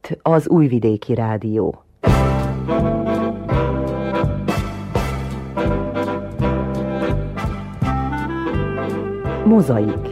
itt az Újvidéki Rádió. Mozaik.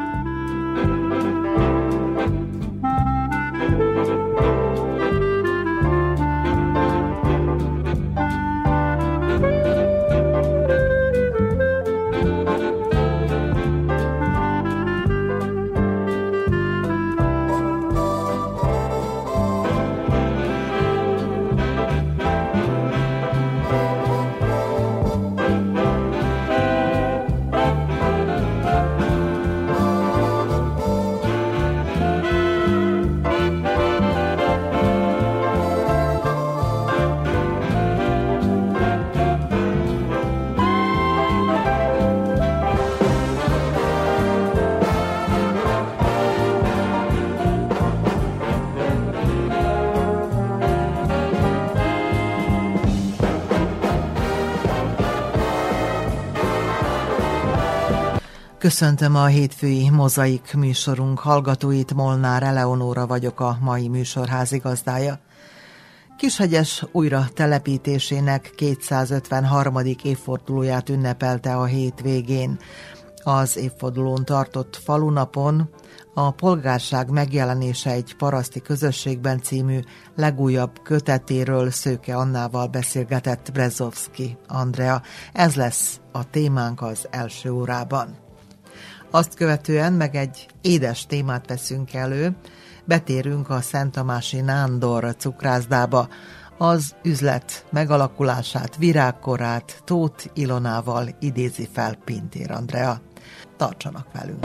Köszöntöm a hétfői Mozaik műsorunk hallgatóit, Molnár Eleonóra vagyok, a mai műsor házigazdája. Kishegyes újra telepítésének 253. évfordulóját ünnepelte a hétvégén. Az évfordulón tartott falunapon a Polgárság megjelenése egy paraszti közösségben című legújabb kötetéről Szőke Annával beszélgetett Brezovszky Andrea. Ez lesz a témánk az első órában. Azt követően meg egy édes témát veszünk elő, betérünk a Szent Tamási Nándor cukrászdába, az üzlet megalakulását, virágkorát Tóth Ilonával idézi fel Pintér Andrea. Tartsanak velünk!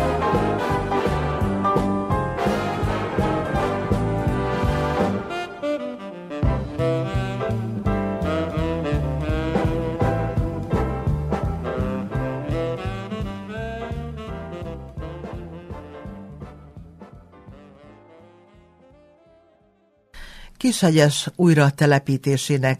Kishegyes újratelepítésének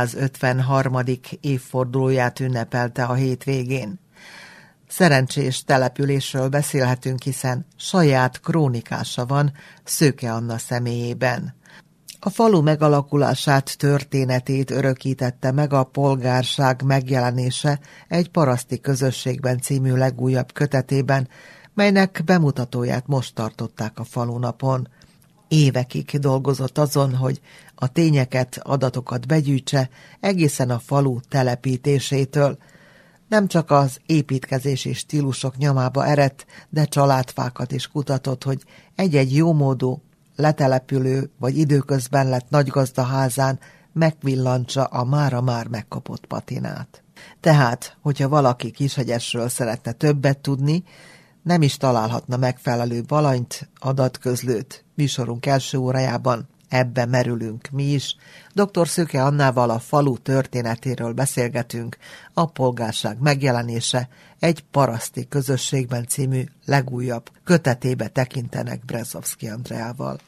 253. évfordulóját ünnepelte a hétvégén. Szerencsés településről beszélhetünk, hiszen saját krónikása van Szőke Anna személyében. A falu megalakulását, történetét örökítette meg a Polgárság megjelenése egy paraszti közösségben című legújabb kötetében, melynek bemutatóját most tartották a falunapon. Évekig dolgozott azon, hogy a tényeket, adatokat begyűjtse egészen a falu telepítésétől. Nem csak az építkezési stílusok nyomába eredt, de családfákat is kutatott, hogy egy-egy jómódú, letelepülő vagy időközben lett nagygazdaházán megvillantsa a mára már megkapott patinát. Tehát, hogyha valaki Kishegyesről szeretne többet tudni, nem is találhatna megfelelő alanyt, adatközlőt. Műsorunk első órájában ebbe merülünk mi is. Dr. Szőke Annával a falu történetéről beszélgetünk, a Polgárság megjelenése egy paraszti közösségben című legújabb kötetébe tekintenek Brezovszky Andreával.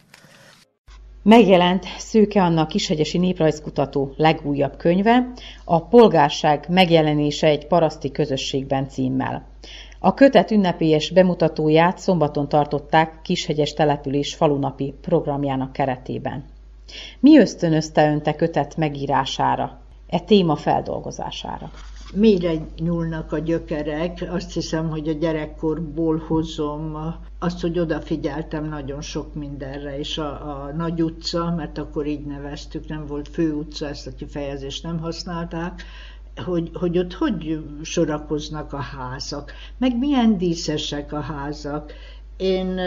Megjelent Szőke Anna kishegyesi néprajzkutató legújabb könyve, a Polgárság megjelenése egy paraszti közösségben címmel. A kötet ünnepélyes bemutatóját szombaton tartották Kishegyes település falunapi programjának keretében. Mi ösztönözte önt kötet megírására, téma feldolgozására? Mélyre nyúlnak a gyökerek, azt hiszem, hogy a gyerekkorból hozom azt, hogy odafigyeltem nagyon sok mindenre, és a Nagy utca, mert akkor így neveztük, nem volt főutca, ezt a kifejezést nem használták, hogy ott hogy sorakoznak a házak, meg milyen díszesek a házak. Én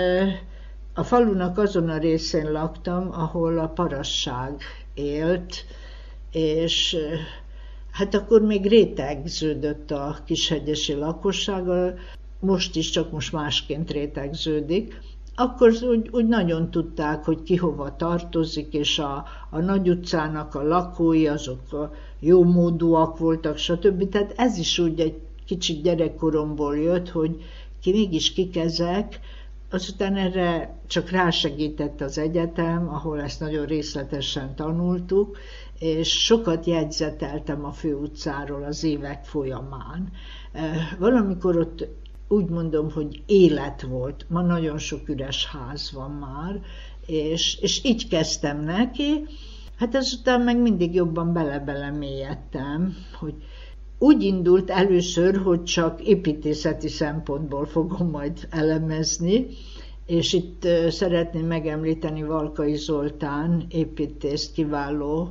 a falunak azon a részén laktam, ahol a parasság élt, és hát akkor még rétegződött a kishegyesi lakosság, most is, csak most másként rétegződik. Akkor úgy nagyon tudták, hogy ki hova tartozik, és a Nagy utcának a lakói, azok jómódúak voltak, stb. Tehát ez is úgy egy kicsit gyerekkoromból jött, hogy mégis kik ezek. Azután erre csak rásegített az egyetem, ahol ezt nagyon részletesen tanultuk, és sokat jegyzeteltem a főutcáról az évek folyamán. Valamikor ott úgy mondom, hogy élet volt. Ma nagyon sok üres ház van már, és így kezdtem neki. Hát ezután meg mindig jobban bele-bele mélyedtem, hogy úgy indult először, hogy csak építészeti szempontból fogom majd elemezni, és itt szeretném megemlíteni Valkai Zoltán építészt, kiváló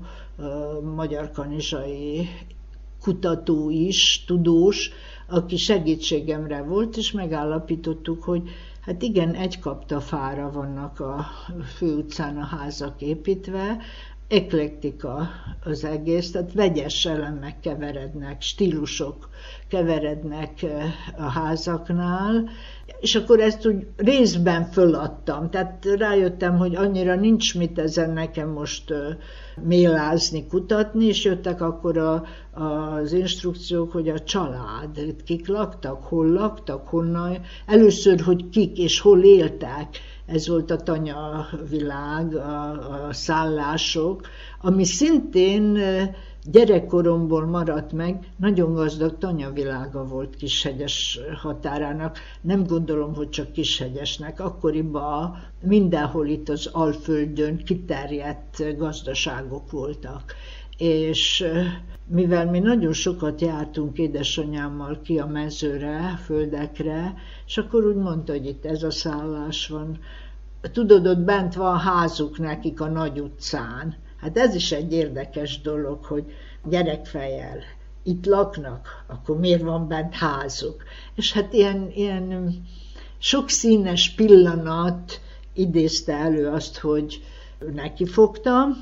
magyarkanizsai kutató is, tudós, aki segítségemre volt, és megállapítottuk, hogy hát igen, egy kaptafára vannak a főutcán a házak építve, eklektika az egész, tehát vegyes elemek keverednek, stílusok keverednek a házaknál, és akkor ezt úgy részben föladtam, tehát rájöttem, hogy annyira nincs mit ezen nekem most mélázni, kutatni, és jöttek akkor az instrukciók, hogy a család, kik laktak, honnan, először, hogy kik és hol éltek, ez volt a tanyavilág, a szállások, ami szintén gyerekkoromból maradt meg, nagyon gazdag tanyavilága volt Kishegyes határának. Nem gondolom, hogy csak Kishegyesnek, akkoriban mindenhol itt az Alföldön kiterjedt gazdaságok voltak. És mivel mi nagyon sokat jártunk édesanyámmal ki a mezőre, földekre, és akkor úgy mondta, hogy itt ez a szállás van. Tudod, ott bent van házuk nekik a Nagy utcán. Hát ez is egy érdekes dolog, hogy gyerekfejjel itt laknak, akkor miért van bent házuk? És hát ilyen sokszínes pillanat idézte elő azt, hogy nekifogtam,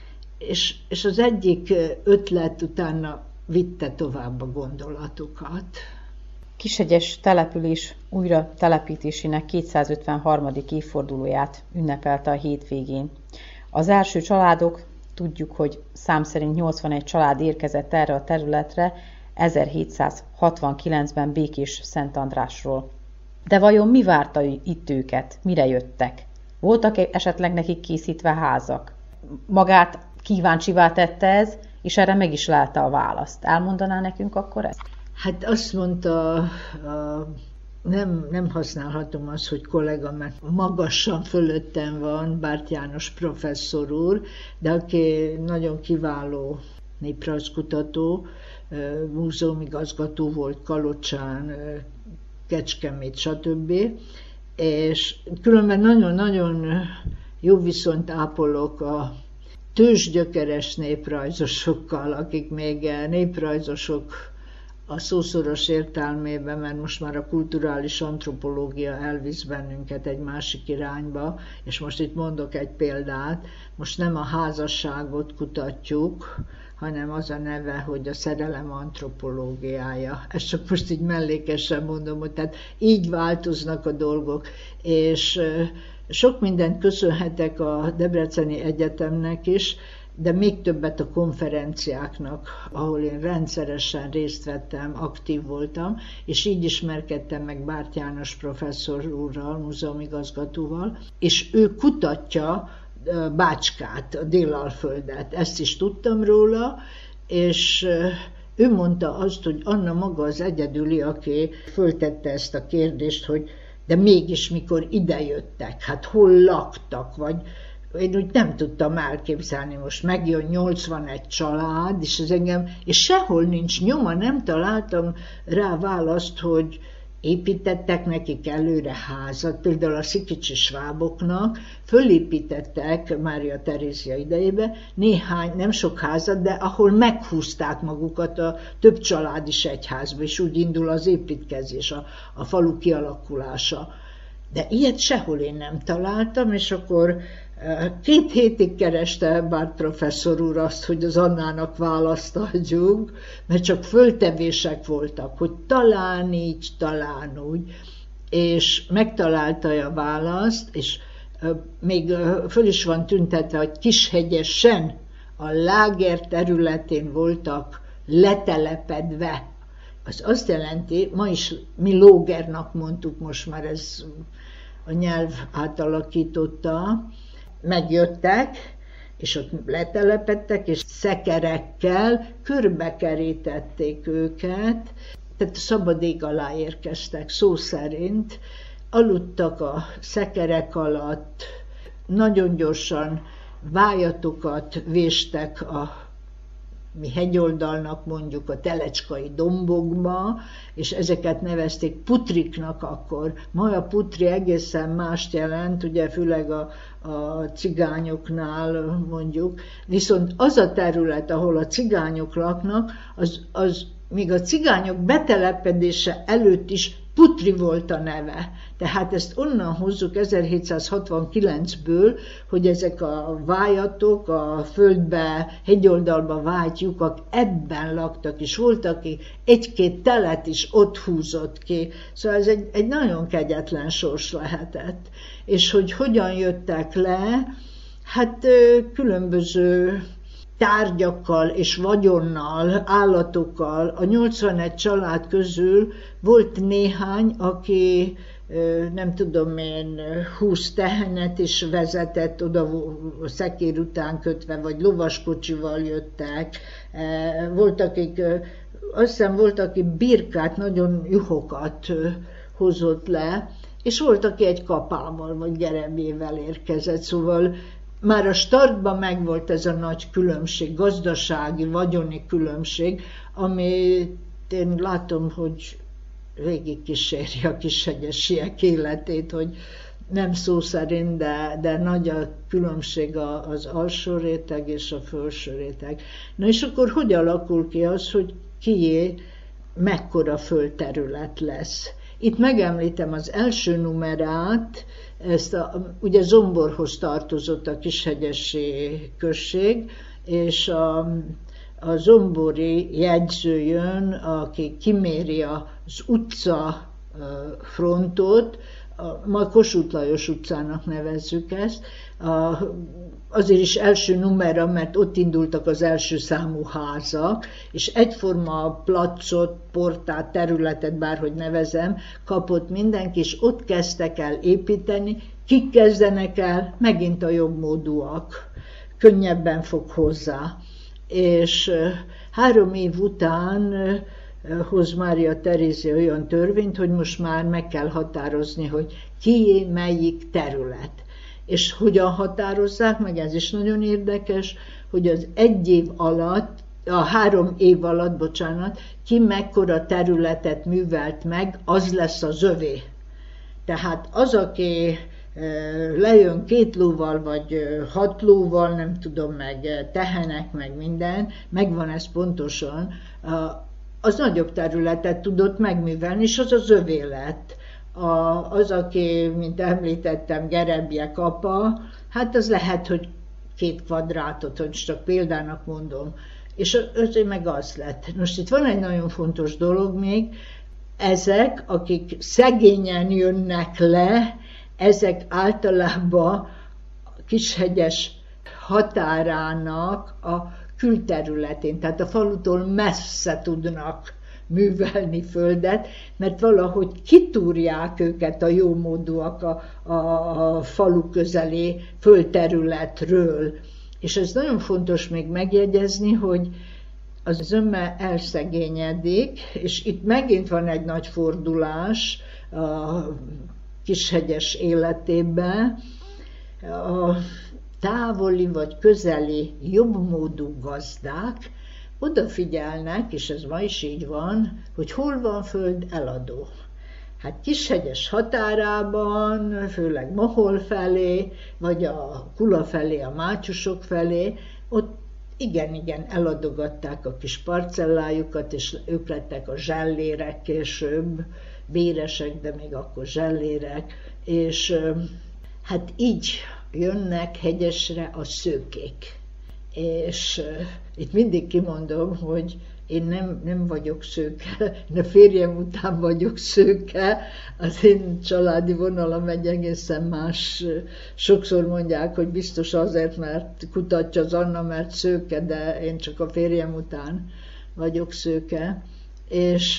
és az egyik ötlet utána vitte tovább a gondolatokat. Kishegyes település újra telepítésének 253. évfordulóját ünnepelte a hétvégén. Az első családok, tudjuk, hogy szám szerint 81 család érkezett erre a területre 1769-ben Békés Szentandrásról. De vajon mi várta itt őket? Mire jöttek? Voltak esetleg nekik készítve házak? Magát kíváncsivá tette ez, és erre meg is lelte a választ. Elmondaná nekünk akkor ezt? Hát azt mondta, nem használhatom azt, hogy kollega, mert magasan fölöttem van, Bárty János professzor úr, de aki nagyon kiváló néprajzkutató, múzeumigazgató volt Kalocsán, Kecskemét, stb. És különben nagyon-nagyon jó viszonyt ápolok a tőzsgyökeres néprajzosokkal, akik még néprajzosok a szószoros értelmében, mert most már a kulturális antropológia elvisz bennünket egy másik irányba, és most itt mondok egy példát, most nem a házasságot kutatjuk, hanem az a neve, hogy a szerelem antropológiája. Ezt csak most így mellékesen mondom, hogy tehát így változnak a dolgok, és sok mindent köszönhetek a Debreceni Egyetemnek is, de még többet a konferenciáknak, ahol én rendszeresen részt vettem, aktív voltam, és így ismerkedtem meg Bárty János professzor úrral, múzeumigazgatóval, és ő kutatja Bácskát, a Délalföldet. Ezt is tudtam róla, és ő mondta azt, hogy Anna maga az egyedüli, aki föltette ezt a kérdést, hogy de mégis mikor idejöttek, hát hol laktak, vagy én úgy nem tudtam elképzelni, most megjön 81 család, és ez engem, és sehol nincs nyoma, nem találtam rá választ, hogy építettek nekik előre házat, például a szikicsi sváboknak fölépítettek Mária Terézia idejében néhány, nem sok házat, de ahol meghúzták magukat a több család is egy házba, és úgy indul az építkezés, a falu kialakulása. De ilyet sehol én nem találtam, és akkor 2 hétig kereste Bárty professzor úr azt, hogy az Annának választ adjunk, mert csak föltevések voltak, hogy talán így, talán úgy, és megtalálta a választ, és még föl is van tüntetve, hogy Kishegyesen a láger területén voltak letelepedve. Az azt jelenti, ma is mi lógernak mondtuk, most már ez a nyelv átalakította, megjöttek, és ott letelepedtek, és szekerekkel körbekerítették őket, tehát a szabad ég alá érkeztek, szó szerint, aludtak a szekerek alatt, nagyon gyorsan vájatokat véstek mi hegyoldalnak mondjuk a telecskai dombokba, és ezeket nevezték putriknak akkor. Ma a putri egészen mást jelent, ugye főleg a cigányoknál mondjuk, viszont az a terület, ahol a cigányok laknak, az még a cigányok betelepedése előtt is Putri volt a neve. Tehát ezt onnan hozzuk 1769-ből, hogy ezek a vájatok, a földbe, hegyoldalba vájt lyukak ebben laktak, és volt, aki egy-két telet is ott húzott ki. Szóval ez egy nagyon kegyetlen sors lehetett. És hogy hogyan jöttek le, hát különböző tárgyakkal és vagyonnal, állatokkal. A 81 család közül volt néhány, aki nem tudom én, 20 tehenet is vezetett, oda szekér után kötve, vagy lovaskocsival jöttek. Volt, akik, azt hiszem volt, aki birkát, nagyon juhokat hozott le, és volt, aki egy kapával, vagy gerebével érkezett, szóval már a startban megvolt ez a nagy különbség, gazdasági, vagyoni különbség, amit én látom, hogy végig kíséri a kishegyesiek életét, hogy nem szó szerint, de nagy a különbség az alsó réteg és a felső réteg. Na és akkor hogy alakul ki az, hogy kié mekkora földterület lesz? Itt megemlítem az első numerát, ugye Zomborhoz tartozott a kishegyesi község, és a zombori jegyző jön, aki kiméri az utca frontot, ma Kossuth Lajos utcának nevezzük ezt, azért is első numera, mert ott indultak az első számú házak, és egyforma placot, portát, területet, bárhogy nevezem, kapott mindenki, és ott kezdtek el építeni. Kik kezdenek el? Megint a jobbmódúak. Könnyebben fog hozzá. És 3 év után hoz Mária Terézia olyan törvényt, hogy most már meg kell határozni, hogy kié melyik terület. És hogyan határozzák meg, ez is nagyon érdekes, hogy az 1 év alatt, a 3 év alatt, bocsánat, ki mekkora területet művelt meg, az lesz az övé. Tehát az, aki lejön 2 lóval, vagy 6 lóval, nem tudom, meg tehenek, meg minden, megvan ez pontosan, az nagyobb területet tudott megművelni, és az az övé lett. Az, aki, mint említettem, gerebjek apa, hát az lehet, hogy 2 kvadrátot, hogy csak példának mondom, és azért meg az lett. Most itt van egy nagyon fontos dolog még, ezek, akik szegényen jönnek le, ezek általában Kishegyes határának a külterületén, tehát a falutól messze tudnak művelni földet, mert valahogy kitúrják őket a jómódúak a falu közeli földterületről. És ez nagyon fontos még megjegyezni, hogy az zöme elszegényedik, és itt megint van egy nagy fordulás a Kishegyes életében. A távoli vagy közeli jobbmódú gazdák odafigyelnek, és ez ma is így van, hogy hol van föld eladó. Hát Kishegyes határában, főleg Mohol felé, vagy a Kula felé, a mátyusok felé, ott igen, eladogatták a kis parcellájukat, és ők lettek a zsellérek később, béresek, de még akkor zsellérek, és hát így jönnek Hegyesre a szőkék. És itt mindig kimondom, hogy én nem vagyok szőke, én a férjem után vagyok szőke, az én családi vonalam egy egészen más. Sokszor mondják, hogy biztos azért, mert kutatja az Anna, mert szőke, de én csak a férjem után vagyok szőke. És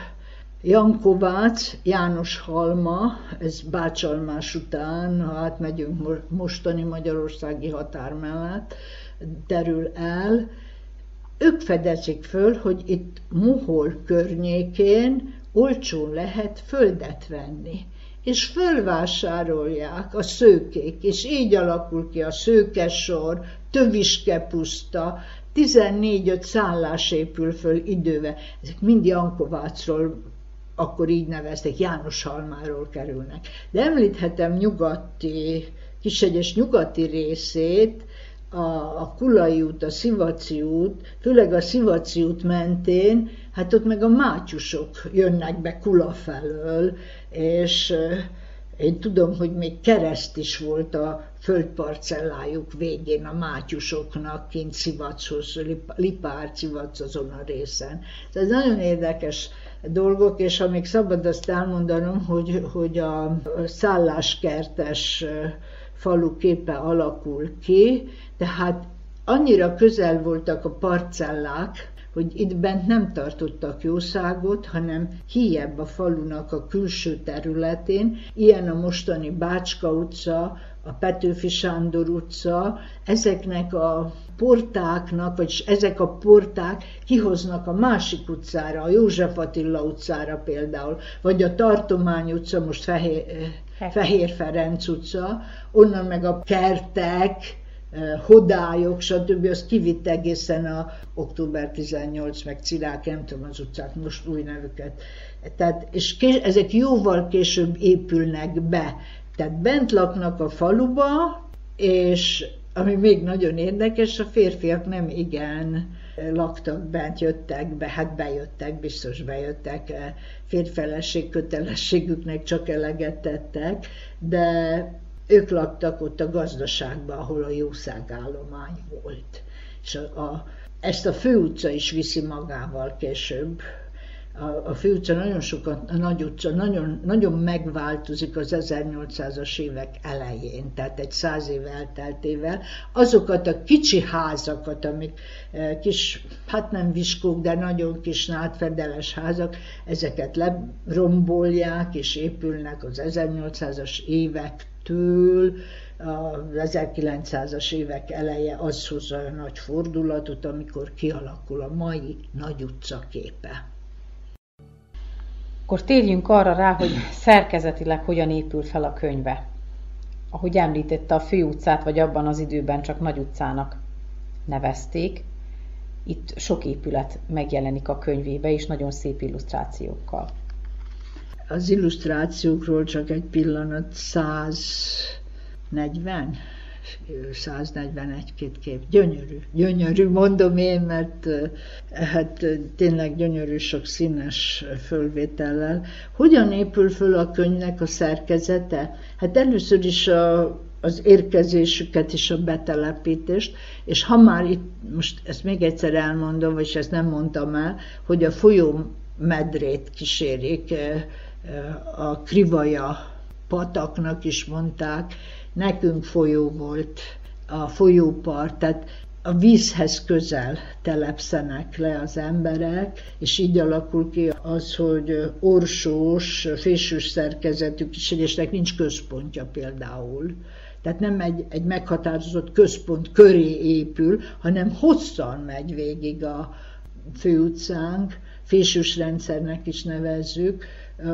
Jankovác, János Halma, ez Bácsalmás után, ha átmegyünk mostani magyarországi határ mellett, terül el, ők fedezik föl, hogy itt Mohol környékén olcsón lehet földet venni. és fölvásárolják a szőkék, és így alakul ki a szőkesor, Töviske puszta, 14-5 szállás épül föl idővel. Ezek mind Jankovácról, akkor így nevezték, Jánoshalmáról kerülnek. De említhetem Kishegyes nyugati részét, a Kulai út, a Szivaci út, főleg a Szivaci út mentén, hát ott meg a mátyusok jönnek be Kula felől, és én tudom, hogy még kereszt is volt a földparcellájuk végén a mátyusoknak, kint Szivachoz, Lipár-Szivac azon a részen. Ez nagyon érdekes dolgok, és ha még szabad azt elmondanom, hogy a szálláskertes falu képe alakul ki, tehát annyira közel voltak a parcellák, hogy itt bent nem tartottak jószágot, hanem kijebb a falunak a külső területén, ilyen a mostani Bácska utca, a Petőfi Sándor utca, ezeknek a portáknak, vagyis ezek a porták kihoznak a másik utcára, a József Attila utcára például, vagy a Tartomány utca, most Fehér Ferenc utca, onnan meg a kertek, hodályok, stb. Az kivitt egészen a Október 18, meg Cirák, nem tudom az utcák, most új nevüket. Tehát, és ezek jóval később épülnek be. Tehát bent laknak a faluba, és ami még nagyon érdekes, a férfiak nem igen laktak bent, jöttek be, hát bejöttek, biztos bejöttek, férjfeleség kötelességüknek csak eleget tettek, de ők laktak ott a gazdaságban, ahol a jószágállomány volt. És ezt a főutca is viszi magával később. A főutca nagyon sokat, a nagy utca nagyon megváltozik az 1800-as évek elején, tehát egy 100 év elteltével. Azokat a kicsi házakat, amik kis, hát nem viskók, de nagyon kis nádfedeles házak, ezeket lerombolják és épülnek az 1800-as évektől, az 1900-as évek eleje az hozza a nagy fordulatot, amikor kialakul a mai nagy utca képe. Akkor térjünk arra rá, hogy szerkezetileg hogyan épül fel a könyve. Ahogy említette, a főutcát, vagy abban az időben csak Nagy utcának nevezték. Itt sok épület megjelenik a könyvébe, és nagyon szép illusztrációkkal. Az illusztrációkról csak egy pillanat, 141-2 kép. Gyönyörű, mondom én, mert hát tényleg gyönyörű, sok színes fölvétellel. Hogyan épül föl a könyvnek a szerkezete? Hát először is az érkezésüket és a betelepítést, és ha már itt, most ezt még egyszer elmondom, vagyis ezt nem mondtam el, hogy a folyó medrét kísérik, a Krivaja pataknak is mondták, nekünk folyó volt a folyópart, tehát a vízhez közel telepszenek le az emberek, és így alakul ki az, hogy orsós, fésűs szerkezetű Kishegyesnek nincs központja például. Tehát nem egy meghatározott központ köré épül, hanem hosszan megy végig a főutcánk, fésűs rendszernek is nevezzük,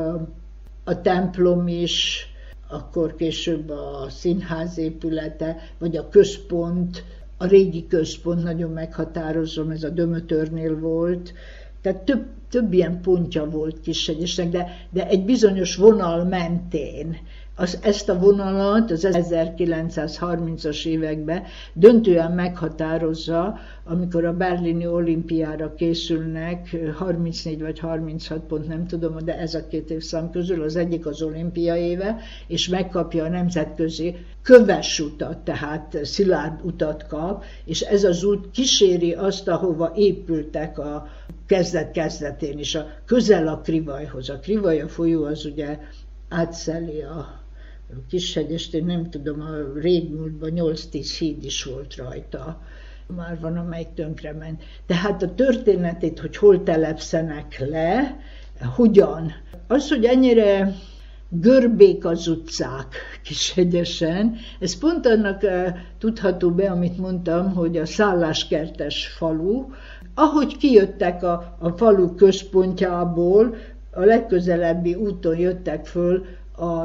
a templom is, akkor később a színház épülete, vagy a központ, a régi központ nagyon meghatározom, ez a Dömötörnél volt, tehát több ilyen pontja volt Kishegyesnek, de egy bizonyos vonal mentén. Ezt a vonalat az 1930-as években döntően meghatározza, amikor a berlini olimpiára készülnek, 34 vagy 36 pont, nem tudom, de ez a két évszám közül az egyik az olimpia éve, és megkapja a nemzetközi köves utat, tehát szilárd utat kap, és ez az út kíséri azt, ahova épültek a kezdet-kezdetén is, közel a Krivajhoz. A Krivaja folyó az ugye átszeli a Kishegyest, én nem tudom, a régmúltban 8-10 híd is volt rajta. Már van, amelyik tönkrement. Tehát a történetét, hogy hol telepszenek le, hogyan. Az, hogy ennyire görbék az utcák Kishegyesen, ez pont annak tudható be, amit mondtam, hogy a szálláskertes falu, ahogy kijöttek a falu központjából, a legközelebbi úton jöttek föl a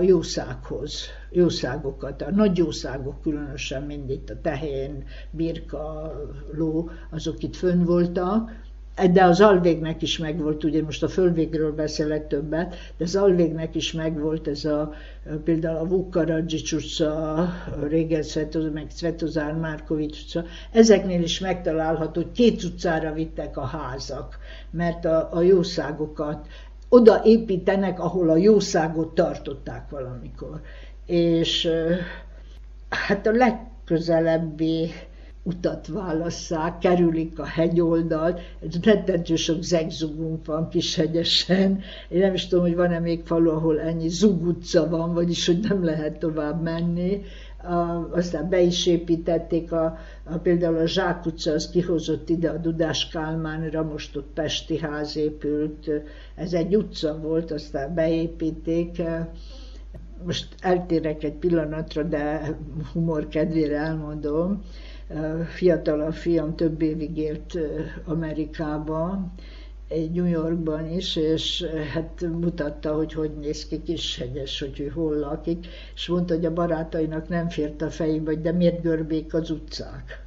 jószágokat, a nagy jószágok különösen, mind itt a tehén, birka, ló, azok itt fönn voltak, de az alvégnek is megvolt, ugye most a földvégről beszélek többet, de az alvégnek is megvolt ez például a Vukkaradzsics utca, régen meg Svetozár Márkovics utca, ezeknél is megtalálható, hogy 2 utcára vittek a házak, mert a jószágokat oda építenek, ahol a jószágot tartották valamikor. És hát a legközelebbi utat válasszák, kerülik a hegyoldalt, rettentő sok zegzugunk van Kishegyesen. Én nem is tudom, hogy van-e még falu, ahol ennyi zugutca van, vagyis hogy nem lehet tovább menni. Aztán be is építették, például a Zsák utca, az kihozott ide a Dudás Kálmánra, most ott Pesti ház épült, ez egy utca volt, aztán beépíték. Most eltérek egy pillanatra, de humor kedvére elmondom. Fiatalabb fiam több évig élt Amerikában, New Yorkban is, és hát mutatta, hogy néz ki Kishegyes, hogy ő hol lakik, és mondta, hogy a barátainak nem fért a fejébe, hogy de miért görbék az utcák?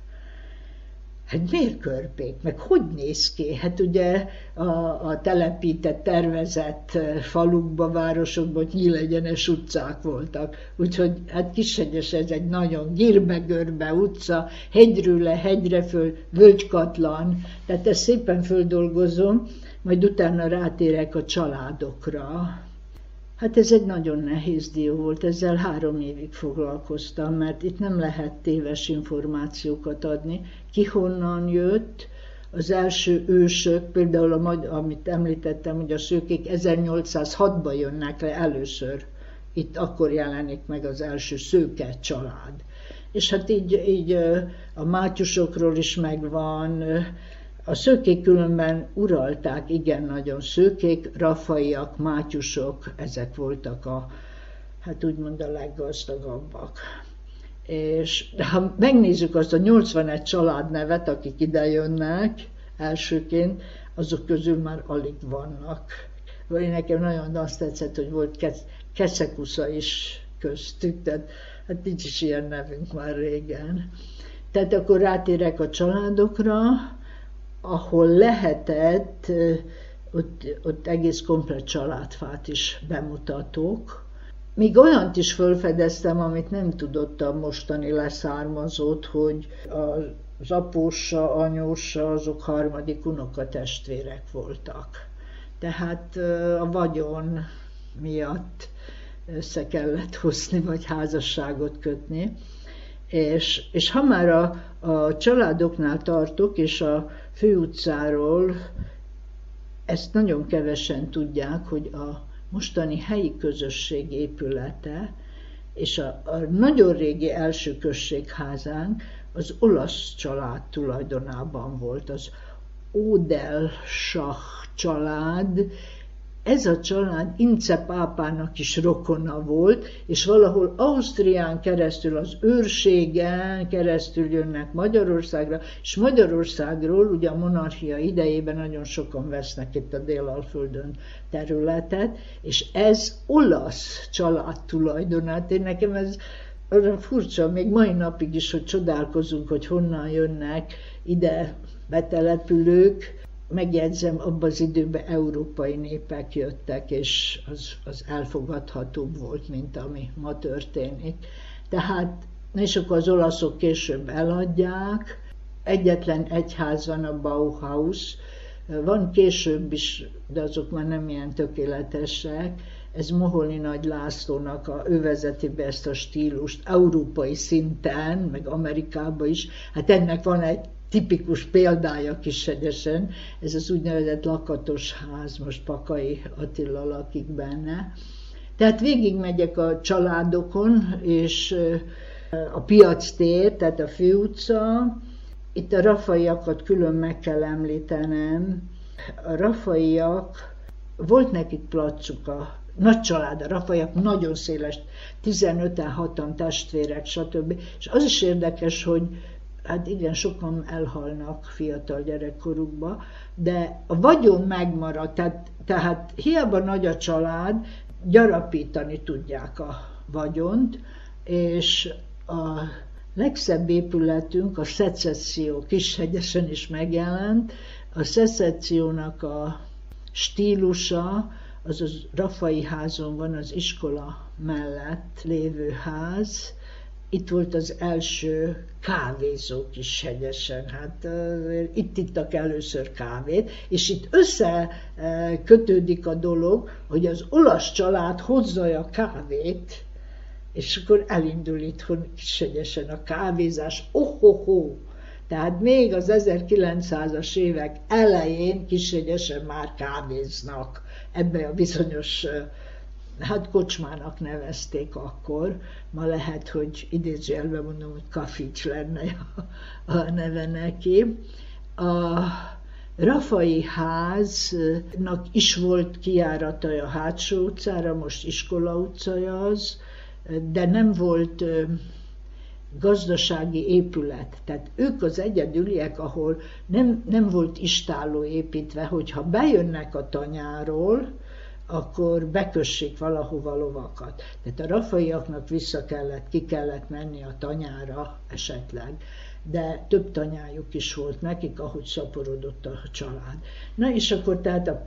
Hát miért görbék? Meg hogy néz ki? Hát ugye a telepített, tervezett falukba, városokban nyílegyenes utcák voltak. Úgyhogy hát Kishegyes ez egy nagyon gírbe-görbe utca, hegyről le, hegyre föl, völgykatlan. Tehát ezt szépen földolgozom, majd utána rátérek a családokra. Hát ez egy nagyon nehéz dió volt, ezzel 3 évig foglalkoztam, mert itt nem lehet téves információkat adni. Ki honnan jött, az első ősök, például amit említettem, hogy a szőkék 1806-ban jönnek le először. Itt akkor jelenik meg az első szőke család. És hát így a Mátyusokról is megvan. A szőkék különben uralták, igen, nagyon szőkék, Rafaiak, Mátyusok, ezek voltak hát úgymond a leggazdagabbak. És ha megnézzük azt a 81 családnevet, akik ide jönnek elsőként, azok közül már alig vannak. Vagy nekem nagyon azt tetszett, hogy volt Keszekusza is köztük, tehát hát nincs is ilyen nevünk már régen. Tehát akkor rátérek a családokra, ahol lehetett, ott egész komplett családfát is bemutatok. Még olyant is felfedeztem, amit nem tudott a mostani leszármazott, hogy az apósa, anyósa, azok 3. unokatestvérek voltak. Tehát a vagyon miatt össze kellett hozni, vagy házasságot kötni. És ha már a családoknál tartok, és a főutcáról, ezt nagyon kevesen tudják, hogy a mostani helyi közösség épülete, és a nagyon régi első községházánk az olasz család tulajdonában volt, az Ódel-Sach család. Ez a család Ince pápának is rokona volt, és valahol Ausztrián keresztül, az őrségen keresztül jönnek Magyarországra, és Magyarországról ugye a monarchia idejében nagyon sokan vesznek itt a Délalföldön területet, és ez olasz család tulajdonát. Én nekem ez olyan furcsa, még mai napig is, hogy csodálkozunk, hogy honnan jönnek ide betelepülők. Megjegyzem, abban az időben európai népek jöttek, és az elfogadhatóbb volt, mint ami ma történik. Tehát, és akkor az olaszok később eladják, egyetlen egyház van, a Bauhaus, van később is, de azok már nem ilyen tökéletesek, ez Moholny Nagy Lászlónak, ő vezeti be ezt a stílust európai szinten, meg Amerikában is, hát ennek van egy tipikus példája Kishegyesen, ez az úgynevezett lakatos ház, most Pakai Attila lakik benne. Tehát végigmegyek a családokon, és a Piactér, tehát a főutca, itt a Rafaiakat külön meg kell említenem. A Rafaiak, volt nekik placuk, a nagy család, a Rafaiak nagyon széles, 15-en, 6-an testvérek, stb. És az is érdekes, hogy hát igen, sokan elhalnak fiatal gyerekkorukba, de a vagyon megmaradt, tehát hiába nagy a család, gyarapítani tudják a vagyont, és a legszebb épületünk, a Szecesszió Kishegyesen is megjelent. A Szecessziónak a stílusa, az Rafai házon van, az iskola mellett lévő ház. Itt volt az első kávézó Kishegyesen, hát itt ittak először kávét, és itt összekötődik a dolog, hogy az olasz család hozza a kávét, és akkor elindul itthon Kishegyesen a kávézás, oh-ho-ho! Tehát még az 1900-as évek elején Kishegyesen már kávéznak. Ebbe a bizonyos, hát kocsmának nevezték akkor, ma lehet, hogy idézőjelben mondom, hogy kafics lenne a neve neki. A Rafai háznak is volt kijárata a hátsó utcára, most Iskola utcaja az, de nem volt gazdasági épület. Tehát ők az egyedüliek, ahol nem volt istálló építve, hogyha bejönnek a tanyáról, akkor bekössék valahova lovakat. Tehát a rafaiaknak ki kellett menni a tanyára esetleg, de több tanyájuk is volt nekik, ahogy szaporodott a család. Na és akkor tehát a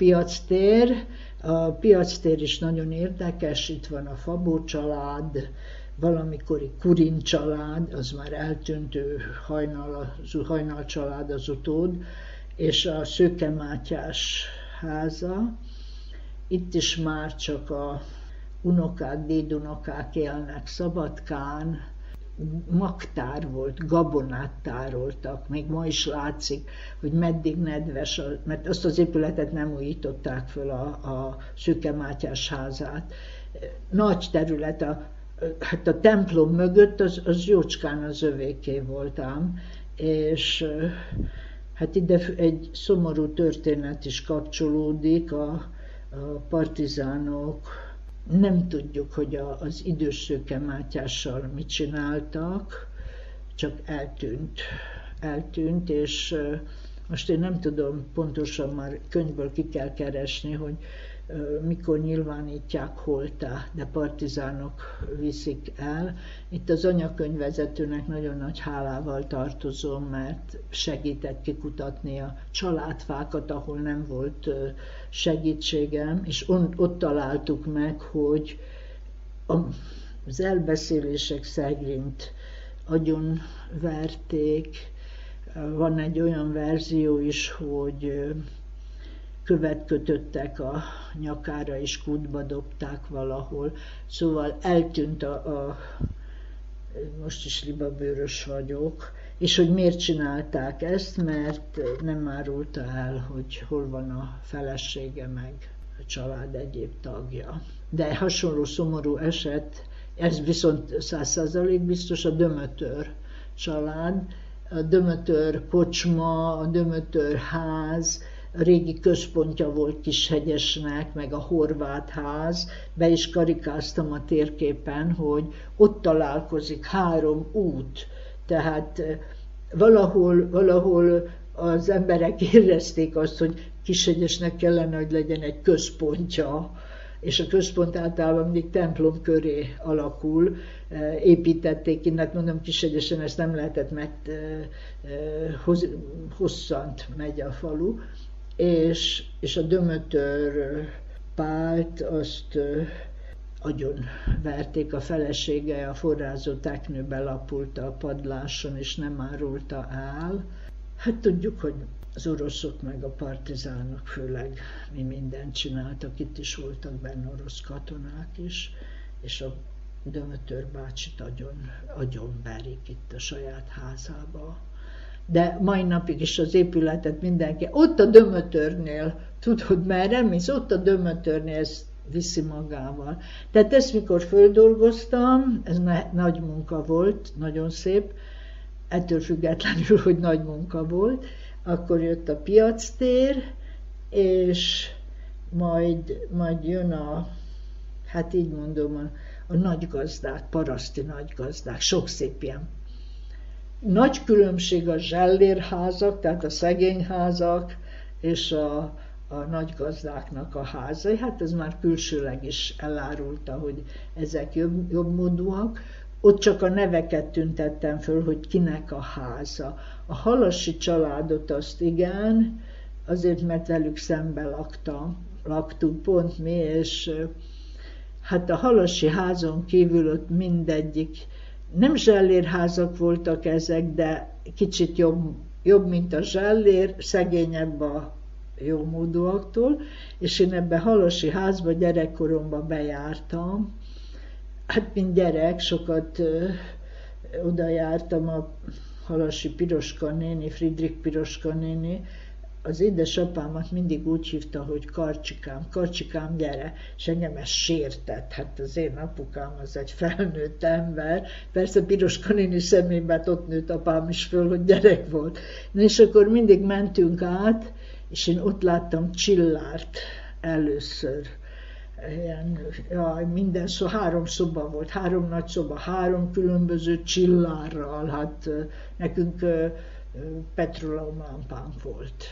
piactér is nagyon érdekes, itt van a Fabó család, valamikori Kurin család, az már eltűntő Hajnal család az utód, és a Szőke Mátyás háza. Itt is már csak a unokák, dédunokák élnek Szabadkán, magtár volt, gabonát tároltak, még ma is látszik, hogy meddig nedves, mert azt az épületet nem újították föl a Szőke Mátyás házát. Nagy terület, hát a templom mögött az jócskán az övéké volt ám, és hát ide egy szomorú történet is kapcsolódik, a partizánok, nem tudjuk, hogy az idős Szőke Mátyással mit csináltak, csak eltűnt, és most én nem tudom pontosan, már könyvből ki kell keresni, hogy mikor nyilvánítják holttá, de partizánok viszik el. Itt az anyakönyvvezetőnek nagyon nagy hálával tartozom, mert segített kikutatni a családfákat, ahol nem volt segítségem, és ott találtuk meg, hogy az elbeszélések szerint agyonverték. Van egy olyan verzió is, hogy követ kötöttek a nyakára és kútba dobták valahol. Szóval eltűnt most is libabőrös vagyok, és hogy miért csinálták ezt, mert nem árulta el, hogy hol van a felesége meg a család egyéb tagja. De hasonló szomorú eset, ez viszont 100% biztos, a Dömötör család, a Dömötör kocsma, a Dömötör ház, a régi központja volt Kishegyesnek, meg a Horváth ház, be is karikáztam a térképen, hogy ott találkozik 3 út, tehát valahol az emberek érezték azt, hogy Kishegyesnek kellene, hogy legyen egy központja, és a központ általában mindig templom köré alakul, építették innen, mondom, Kishegyesen ezt nem lehetett, mert hosszant megy a falu, és a Dömötör Pált azt agyon verték, a felesége a forrázó teknőbe lapult a padláson, és nem árulta el. Hát tudjuk, hogy az oroszok meg a partizánok főleg mi mindent csináltak, itt is voltak benne orosz katonák is, és a Dömötör bácsit agyonverik itt a saját házába. De mai napig is az épületet mindenki, ott a Dömötörnél, tudod merre mész, ott a Dömötörnél ezt viszi magával. Tehát ezt mikor földolgoztam, ez nagy munka volt, nagyon szép, ettől függetlenül, hogy nagy munka volt, akkor jött a piactér, és majd jön hát így mondom, a nagygazdák, paraszti nagygazdák, sok szép ilyen. Nagy különbség a zsellérházak, tehát a szegényházak, és a nagygazdáknak a házai. Hát ez már külsőleg is elárulta, hogy ezek jobbmódúak. Ott csak a neveket tüntettem föl, hogy kinek a háza. A Halassi családot azt igen, azért, mert velük szembe laktunk pont mi, és hát a Halassi házon kívül ott mindegyik, nem zsellérházak voltak ezek, de kicsit jobb mint a zsellér, szegényebb a jómódúaktól, és én ebbe Halassi házba gyerekkoromban bejártam. Hát mint gyerek sokat oda jártam, a Halassi Piroska néni, Friedrich Piroska néni, az édesapámat mindig úgy hívta, hogy Karcsikám, Karcsikám, gyere, és engem ez sértett. Hát az én apukám az egy felnőtt ember, persze Piroska néni szemében ott nőtt apám is föl, hogy gyerek volt. Na és akkor mindig mentünk át, és én ott láttam Csillárt először. Minden 3 szoba volt, 3 nagy szoba, 3 különböző csillárral, hát nekünk petróleumlámpánk volt.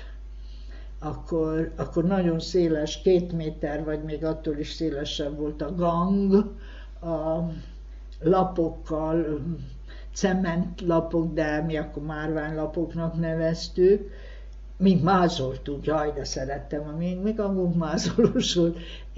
Akkor nagyon széles, 2 méter, vagy még attól is szélesebb volt a gang, a lapokkal, cementlapok, de mi akkor márványlapoknak neveztük, mint mázoltuk, jaj, de szerettem, még hangunk mázolós volt,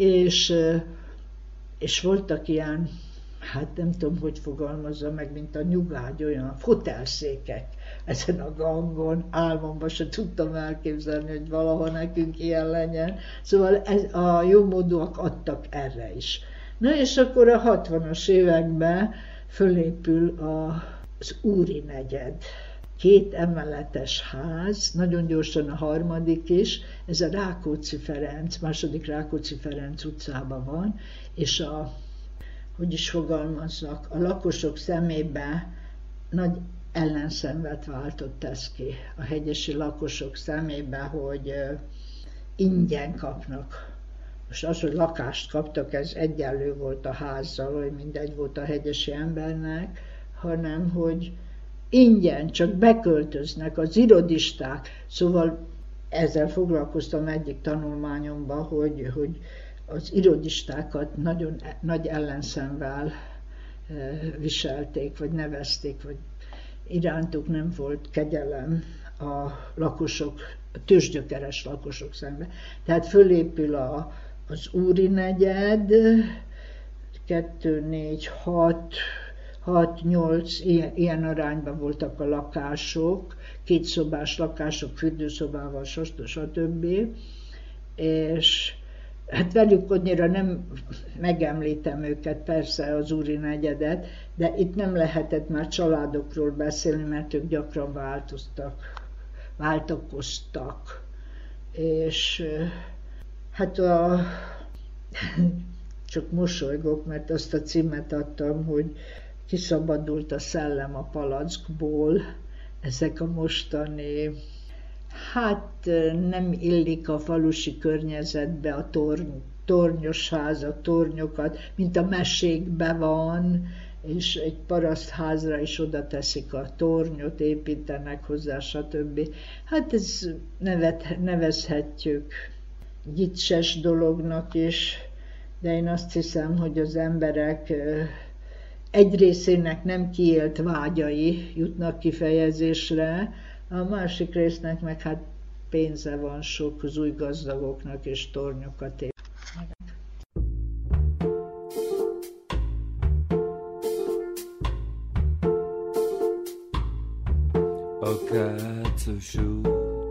és voltak ilyen, hát nem tudom, hogy fogalmazza meg, mint a nyugágy, olyan fotelszékek ezen a gangon, álmomban se tudtam elképzelni, hogy valaha nekünk ilyen legyen. Szóval a jómódúak adtak erre is. Na és akkor a 60-as években fölépül az Úri negyed. 2 emeletes ház, nagyon gyorsan a 3. is, ez a Rákóczi Ferenc, második Rákóczi Ferenc utcában van, és hogy is fogalmazzak, a lakosok szemébe nagy ellenszenvet váltott ez ki a hegyesi lakosok szemébe, hogy ingyen kapnak. Most az, hogy lakást kaptak, ez egyenlő volt a házzal, hogy mindegy volt a hegyesi embernek, hanem, hogy ingyen, csak beköltöznek az irodisták. Szóval ezzel foglalkoztam egyik tanulmányomban, hogy az irodistákat nagyon nagy ellenszenvel viselték, vagy nevezték, vagy irántuk nem volt kegyelem a lakosok, a tőzsgyökeres lakosok szemben. Tehát fölépül az Úri negyed, 2, 4, 6-8 ilyen arányban voltak a lakások, 2 szobás lakások, fürdőszobával, stb. És hát velük annyira nem megemlítem őket, persze az Úri negyedet, de itt nem lehetett már családokról beszélni, mert ők gyakran váltakoztak. És hát csak mosolygok, mert azt a címet adtam, hogy kiszabadult a szellem a palackból, ezek a mostani, hát nem illik a falusi környezetbe a tornyos házak, tornyokat, mint a mesékben van, és egy parasztházra is oda teszik a tornyot, építenek hozzá, stb. Hát ez nevezhetjük gicses dolognak is, de én azt hiszem, hogy az emberek egy részének nem kiélt vágyai jutnak kifejezésre, a másik résznek meg hát pénze van sok az új gazdagoknak, és tornyokat építenek. A Kácos út,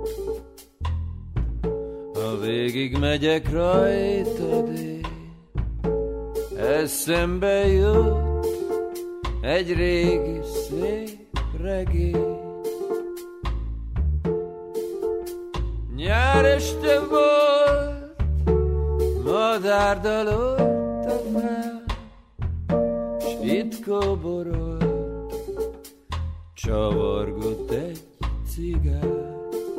ha végig megyek rajtad én, eszembe jut egy régi szép regény. Nyár este volt, madár dalott a fán, s itt kóborolt, csavargott egy cigány.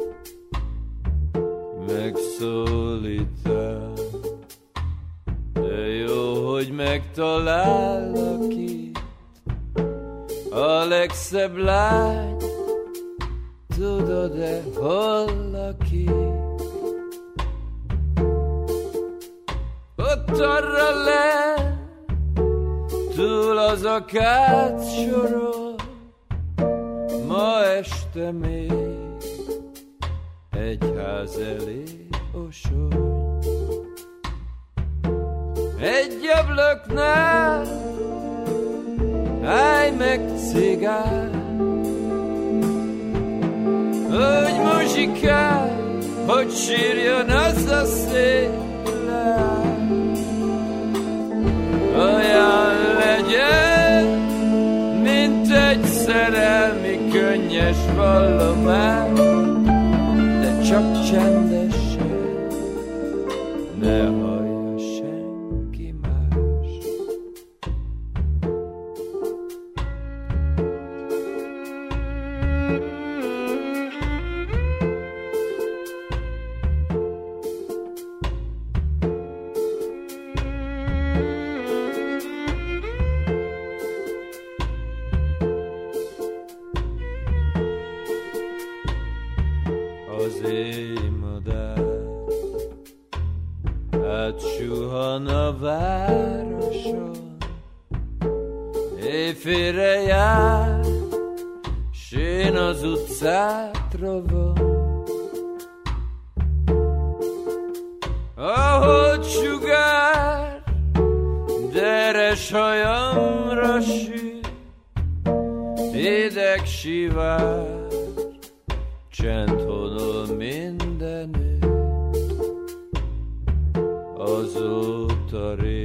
Megszólítál, de jó, hogy megtalállak itt, a legszebb lány, tudod-e, hol lakik? arra le, túl az akác soron, ma este még egy ház elé osony. Egy ablaknál állj meg cigár, hogy muzsikál, hogy sírjon az a szép lány. Olyan legyen, mint egy szerelmi könnyes vallomány, de csak csendesen, ne hallja senki más. Az éjmadár átsuhan a városon, éjfélre jár, s én az utcát rovom. A holdsugár deres hajamra süt, hideg sivár, csend honol mindenütt. Azóta rég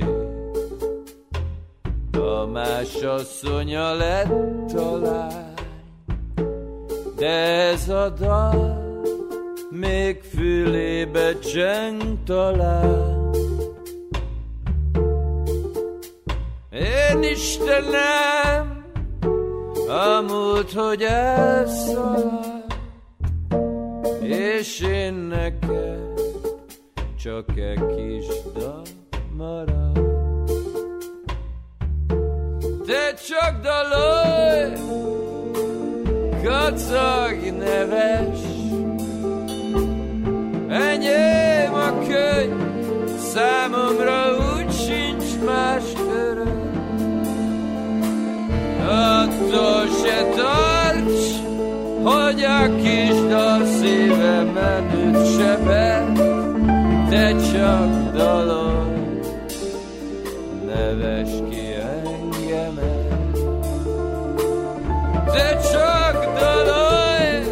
a más asszonya lett a lány, de ez a dal még fülébe cseng talán. Én Istenem, a múlt, hogy elszalad, és én neked csak egy kis dal marad. Te csak dalolj, kacag, neves, enyém a könyv, számomra úgy sincs más öröm. Attól se tarts, hogy a kis dal szívemen üt sebet, te csak dalolj, neves ki engemet. Te csak dalolj,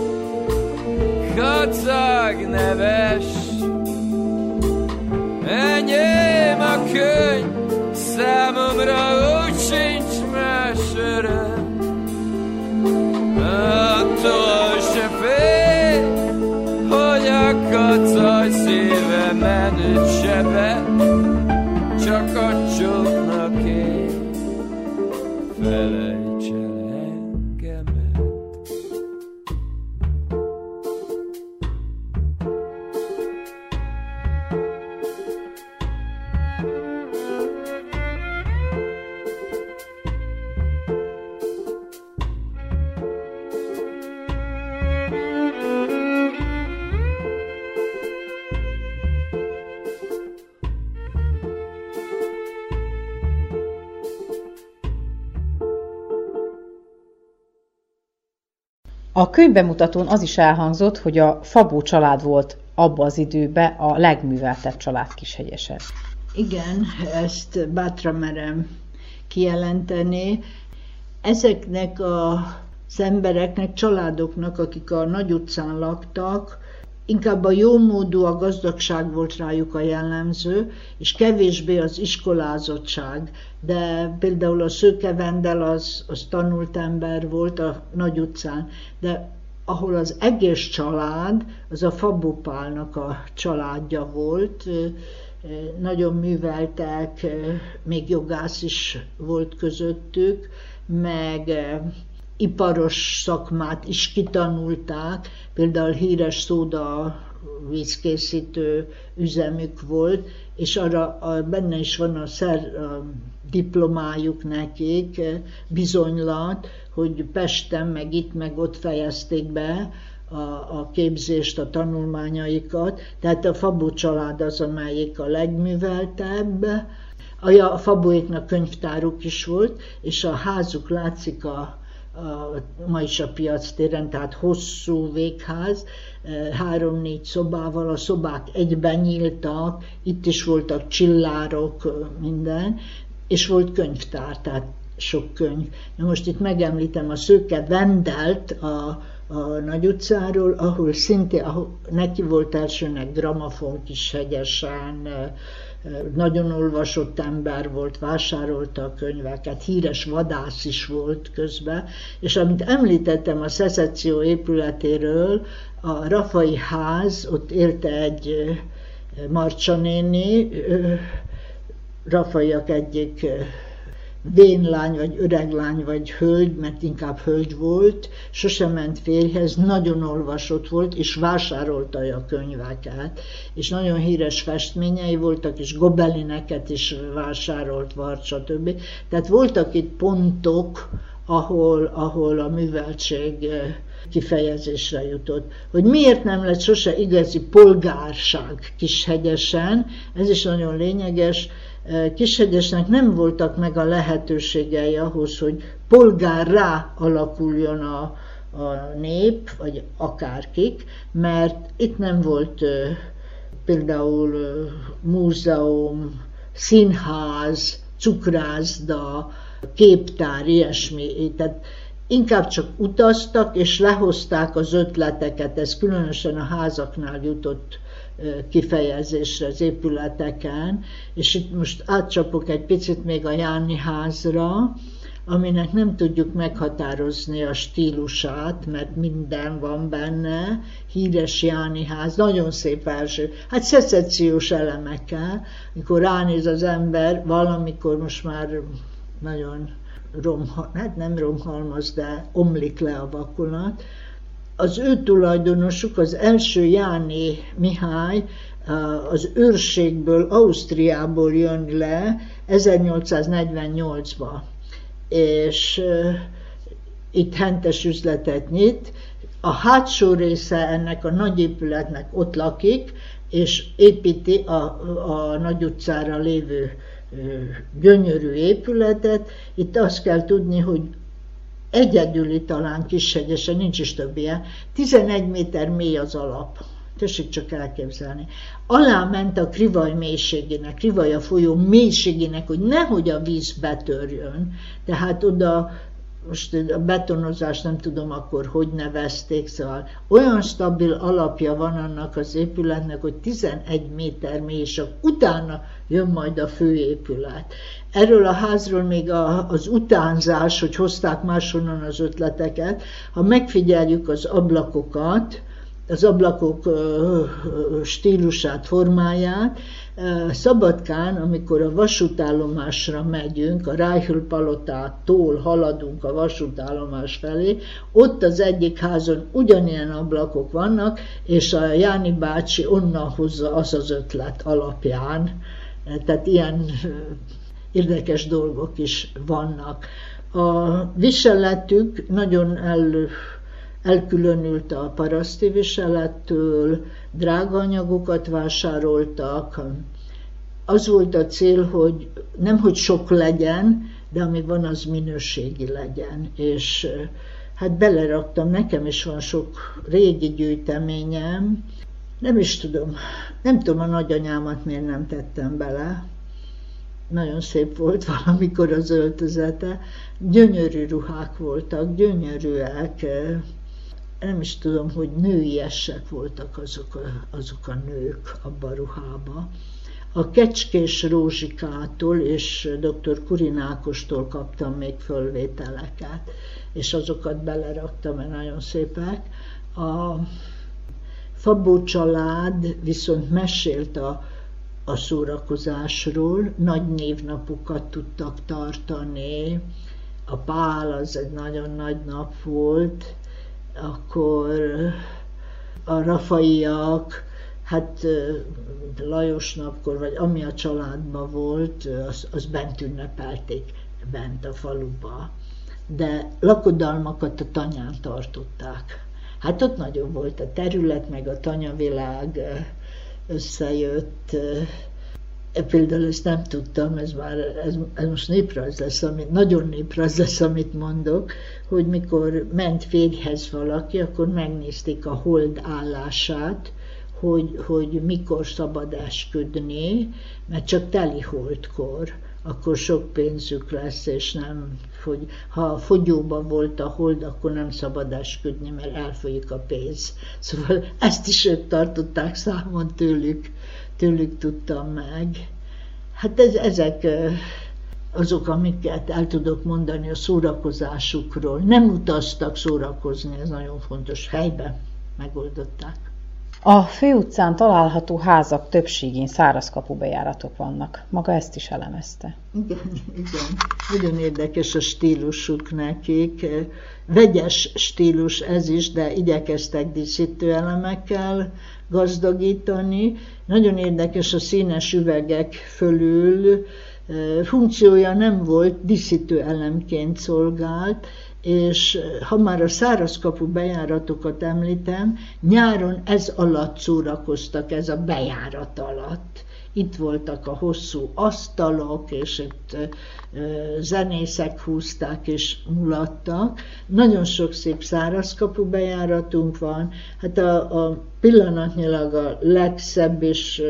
kacag, neves, enyém a könyv, számomra úgy sincs más öröm. Attól se félj, hogy a kacaj szívemen üt sebet, csak a csóknak én felejts el engemet. A könyvbemutatón az is elhangzott, hogy a Szabó család volt abba az időben a legműveltebb család Kishegyesen. Igen, ezt bátran merem kijelenteni. Ezeknek az embereknek, családoknak, akik a Nagy utcán laktak, inkább a jómódú, a gazdagság volt rájuk a jellemző, és kevésbé az iskolázottság. De például a Szőke Vendel az tanult ember volt a Nagy utcán, de ahol az egész család, az a Szabó Pálnak a családja volt, nagyon műveltek, még jogász is volt közöttük, meg iparos szakmát is kitanulták, például híres szóda vízkészítő üzemük volt, és arra benne is van a diplomájuk nekik, bizonylat, hogy Pesten, meg itt, meg ott fejezték be a képzést, a tanulmányaikat. Tehát a Fabó család az, amelyik a legműveltebb. A Fabóéknak könyvtáruk is volt, és a házuk látszik ma is a Piactéren, tehát hosszú végház, 3-4 szobával, a szobák egyben nyíltak, itt is voltak csillárok, minden, és volt könyvtár, tehát sok könyv. Na most itt megemlítem a Szőke Vendelt a Nagy utcáról, ahol szintén neki volt elsőnek gramafon Kishegyesen, nagyon olvasott ember volt, vásárolta a könyveket, híres vadász is volt közben, és amit említettem a Szecesszió épületéről, a Rafai ház, ott élte egy Marcsa néni, Rafaiak egyik vénlány, vagy öreglány, vagy hölgy, mert inkább hölgy volt, sosem ment férjhez, nagyon olvasott volt, és vásárolta a könyveket, és nagyon híres festményei voltak, és gobelineket is vásárolt, stb. Tehát voltak itt pontok, ahol a műveltség kifejezésre jutott. Hogy miért nem lett sose igazi polgárság Kishegyesen, ez is nagyon lényeges. Kishegyesnek nem voltak meg a lehetőségei ahhoz, hogy polgárrá alakuljon a nép, vagy akárkik, mert itt nem volt például múzeum, színház, cukrászda, képtár, ilyesmi. Tehát inkább csak utaztak és lehozták az ötleteket, ez különösen a házaknál jutott kifejezésre, az épületeken, és itt most átcsapok egy picit még a Jáni házra, aminek nem tudjuk meghatározni a stílusát, mert minden van benne, híres Jáni ház, nagyon szép első, hát szecessziós elemekkel, mikor ránéz az ember, valamikor most már nagyon hát nem romhalmaz, de omlik le a vakulat. Az ő tulajdonosuk, az első Jáné Mihály, az őrségből, Ausztriából jön le 1848-ba, és itt hentes üzletet nyit. A hátsó része ennek a nagy épületnek ott lakik, és építi a Nagy utcára lévő gyönyörű épületet. Itt azt kell tudni, hogy egyedüli talán Kishegyesen, nincs is több ilyen, 11 méter mély az alap. Tessék csak elképzelni. Alá ment a Krivaj mélységének, Krivaja folyó mélységének, hogy nehogy a víz betörjön. Tehát oda, most a betonozást nem tudom akkor, hogy nevezték, szóval olyan stabil alapja van annak az épületnek, hogy 11 méter mély, és utána jön majd a főépület. Erről a házról még az utánzás, hogy hozták máshonnan az ötleteket, ha megfigyeljük az ablakokat, az ablakok stílusát, formáját, Szabadkán, amikor a vasútállomásra megyünk, a Reichel palotától haladunk a vasútállomás felé, ott az egyik házon ugyanilyen ablakok vannak, és a Jáni bácsi onnan hozza az ötlet alapján. Tehát ilyen érdekes dolgok is vannak. A viseletük nagyon elkülönült a paraszti viselettől, drága anyagokat vásároltak. Az volt a cél, hogy nemhogy sok legyen, de ami van, az minőségi legyen. És hát beleraktam, nekem is van sok régi gyűjteményem, nem is tudom, nem tudom a nagyanyámat miért nem tettem bele. Nagyon szép volt valamikor az öltözete, gyönyörű ruhák voltak, gyönyörűek, nem is tudom, hogy nőiesek voltak azok a nők abban a ruhában. A Kecskés Rózsikától és dr. Kurin Ákostól kaptam még fölvételeket, és azokat beleraktam, mert nagyon szépek. A Fabó család viszont mesélt a szórakozásról, nagy névnapokat tudtak tartani, a Pál az egy nagyon nagy nap volt, akkor a Rafaiak, hát Lajos napkor, vagy ami a családban volt, az bent ünnepelték, bent a faluba. De lakodalmakat a tanyán tartották. Hát ott nagyon volt a terület, meg a tanyavilág összejött. Például ezt nem tudtam, ez most néprajz lesz, nagyon néprajz lesz, amit mondok, hogy mikor ment férjhez valaki, akkor megnézték a hold állását, hogy mikor szabad esküdni, mert csak teli holdkor, akkor sok pénzük lesz, és nem, ha fogyóban volt a hold, akkor nem szabad esküdni, mert elfolyik a pénz. Szóval ezt is ők tartották számon, tőlük tudtam meg. Hát ezek azok, amiket el tudok mondani a szórakozásukról. Nem utaztak szórakozni, ez nagyon fontos, helyben megoldották. A főutcán található házak többségén szárazkapu bejáratok vannak. Maga ezt is elemezte. Igen. Nagyon érdekes a stílusuk nekik. Vegyes stílus ez is, de igyekeztek díszítőelemekkel gazdagítani. Nagyon érdekes a színes üvegek fölül. Funkciója nem volt, díszítőelemként szolgált, és ha már a szárazkapu bejáratokat említem, nyáron ez alatt szórakoztak, ez a bejárat alatt. Itt voltak a hosszú asztalok, és itt zenészek húzták és mulattak. Nagyon sok szép szárazkapu bejáratunk van. Hát a pillanatnyilag a legszebb és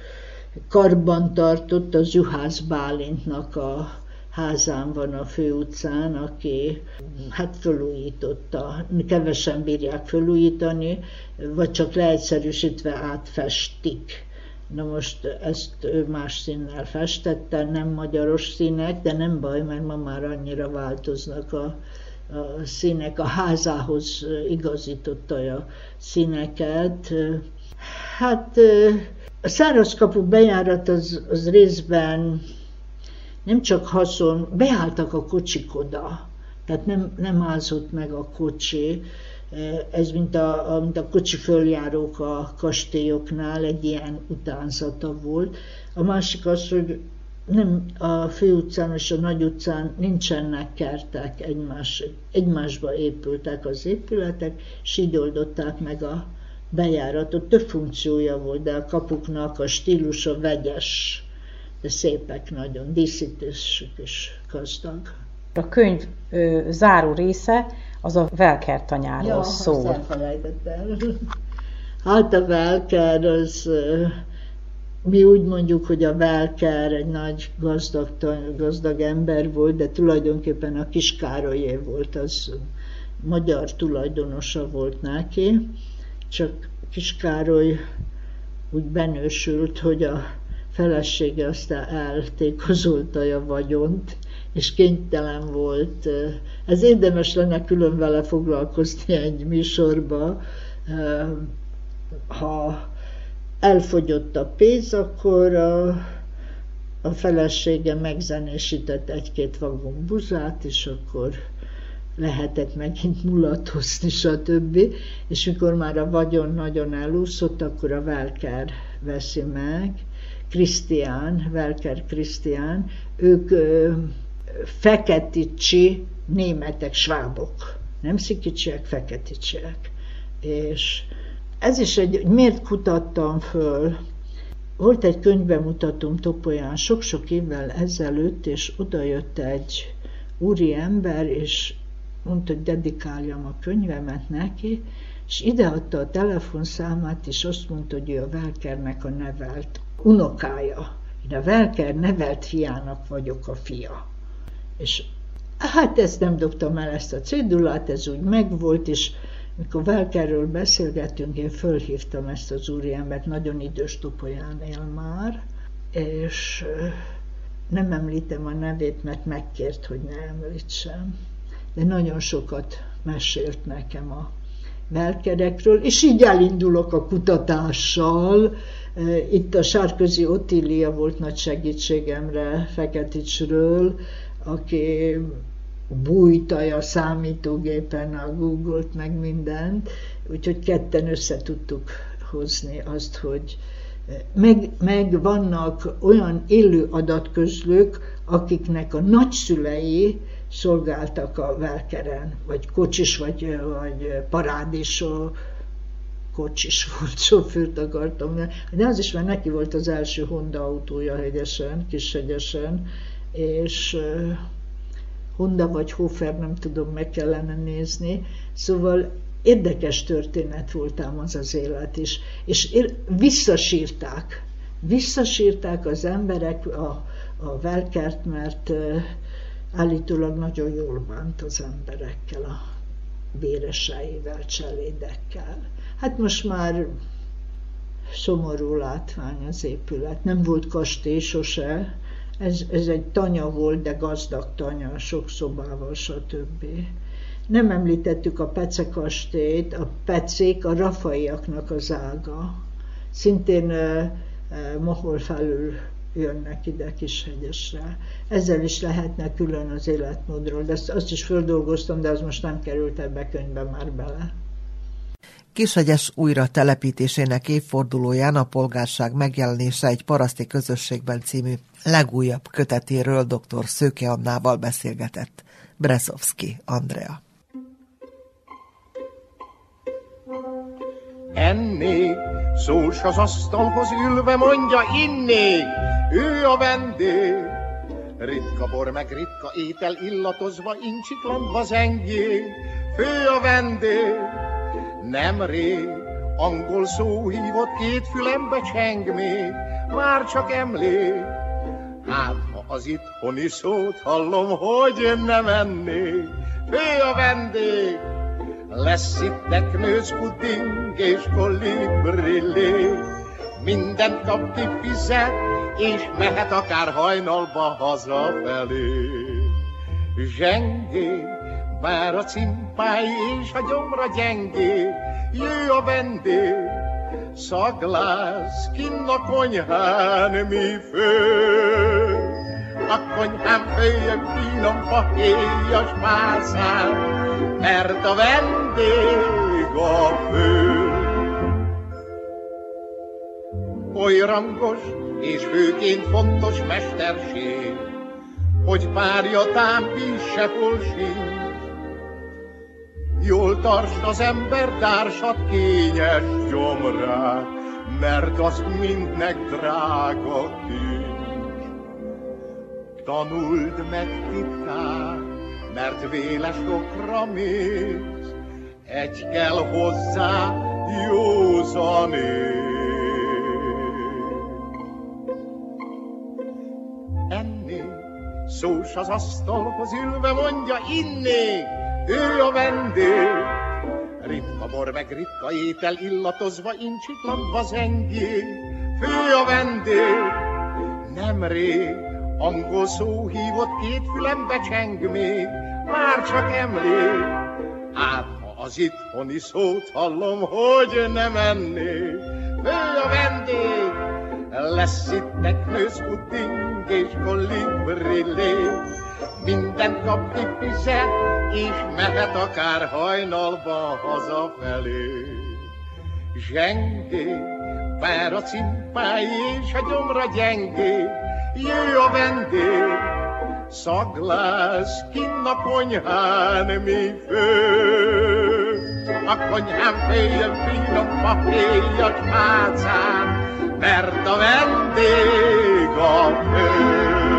karbantartott az Juhász Bálintnak a házán van a főutcán, aki hát felújította, kevesen bírják felújítani, vagy csak leegyszerűsítve átfestik. Na most ezt ő más színnel festette, nem magyaros színek, de nem baj, mert ma már annyira változnak a színek, a házához igazította a színeket. Hát a szárazkapu bejárat az részben nem csak haszon, beálltak a kocsik oda, tehát nem ázott meg a kocsi, ez mint a kocsi följárók a kastélyoknál, egy ilyen utánzata volt. A másik az, hogy nem a főutcán és a nagy utcán nincsenek kertek, egymásba épültek az épületek, és így oldották meg a bejáratot. Több funkciója volt, de a kapuknak a stílusa vegyes, de szépek nagyon, díszítésük is gazdag. A könyv záró része az a Welker tanyáról szól. Elfelejtettem. Hát a Welker az, mi úgy mondjuk, hogy a Welker egy nagy gazdag ember volt, de tulajdonképpen a Kis Károlyé volt, az magyar tulajdonosa volt neki, csak Kis Károly úgy benősült, hogy a felesége aztán eltékozolta a vagyont, és kénytelen volt. Ez érdemes lenne külön vele foglalkozni egy műsorba. Ha elfogyott a pénz, akkor a felesége megzenésített egy-két vagon buzát, és akkor lehetett megint mulatozni, stb. És mikor már a vagyon nagyon elúszott, akkor a Welker veszi meg, Welker Krisztián, ők feketicsi németek, svábok, nem szikicsiek, feketicsiek. És ez is miért kutattam föl? Volt egy könyvbemutatóm Topolyán sok-sok évvel ezelőtt, és oda jött egy úri ember, és mondta, hogy dedikáljam a könyvemet neki, és ideadta a telefonszámát, és azt mondta, hogy ő a Welkernek a nevelt unokája. Én a Welker nevelt fiának vagyok a fia. És hát ezt nem dobtam el, ezt a cédulát, ez úgy megvolt, és mikor Welkerről beszélgettünk, én fölhívtam ezt az úriembert, nagyon idős, Topolyán él már, és nem említem a nevét, mert megkért, hogy ne említsem, de nagyon sokat mesélt nekem a Welkerekről, és így elindulok a kutatással. Itt a Sárközi Ottília volt nagy segítségemre Feketicsről, aki bújtaja a számítógépen a Google-t, meg mindent, úgyhogy ketten össze tudtuk hozni azt, hogy meg vannak olyan élő adatközlők, akiknek a nagyszülei szolgáltak a Velkeren, vagy kocsis, vagy parádésó, kocsis volt, sofőrt akartam, de az is, mert neki volt az első Honda autója Hegyesen, Kishegyesen, és Honda vagy Hofer, nem tudom, meg kellene nézni. Szóval érdekes történet volt ám az élet is. És visszasírták az emberek a Velkert, mert állítólag nagyon jól bánt az emberekkel, a béreseivel, cselédekkel. Hát most már szomorú látvány az épület. Nem volt kastély sose. Ez egy tanya volt, de gazdag tanya, sok szobával, stb. Nem említettük a Pece kastélyt, a Pecék a Rafaiaknak az ága. Szintén Mohol felül jönnek ide Kishegyesre. Ezzel is lehetne külön az életmódról, de azt is földolgoztam, de az most nem került ebbe a könyvbe már bele. Kishegyes újra telepítésének évfordulóján a Polgárság megjelenése egy paraszti közösségben című legújabb kötetéről dr. Szőke Annával beszélgetett Breszovszky Andrea. Ennék, szós az asztalhoz ülve mondja, innék, ő a vendég. Ritka bor meg ritka étel illatozva, incsiklandva zengék, fő a vendég. Nemrég angol szó hívott, két fülembe cseng még, már csak emlék. Hát, ha az itthoni szót hallom, hogy nem ennék, fő a vendég. Lesz itt teknős pudding és kolibrilé, mindent kap ki fizet, és mehet akár hajnalba hazafelé. Zsengé, bár a cimpái és a gyomra gyengé, jöjj a vendég, szaglász kinn a konyhán mi fő. A konyhán följebb finom fahéjas pászán, mert a vendég a fő. Oly rangos és főként fontos mesterség, hogy párja tám víz se sincs. Jól tartsd az ember társat kényes gyomrát, mert az mindnek drága kincs. Tanuld meg titkát, mert véles okra mész, egy kell hozzá józanész. Ennék, szós az asztalhoz ülve mondja, innék, ő a vendég. Ritka bor meg ritka étel illatozva, incsiklandva zengék, fő a vendég. Nemrég angol szó hívott, két fülembe cseng még, már csak emlék. Hát, ha az itthoni szót hallom, hogy nem ennék, fő a vendég. Lesz itt teknős pudding és kolibrilé, minden kap ki fizet, és mehet akár hajnalba hazafelé. Zsengé, bár a cimpái és a gyomra gyengé, jöjj a vendég, szaglász kinn a konyhán mi fő. A konyhán följön finom fahéjas pálcán, mert a vendég a fő.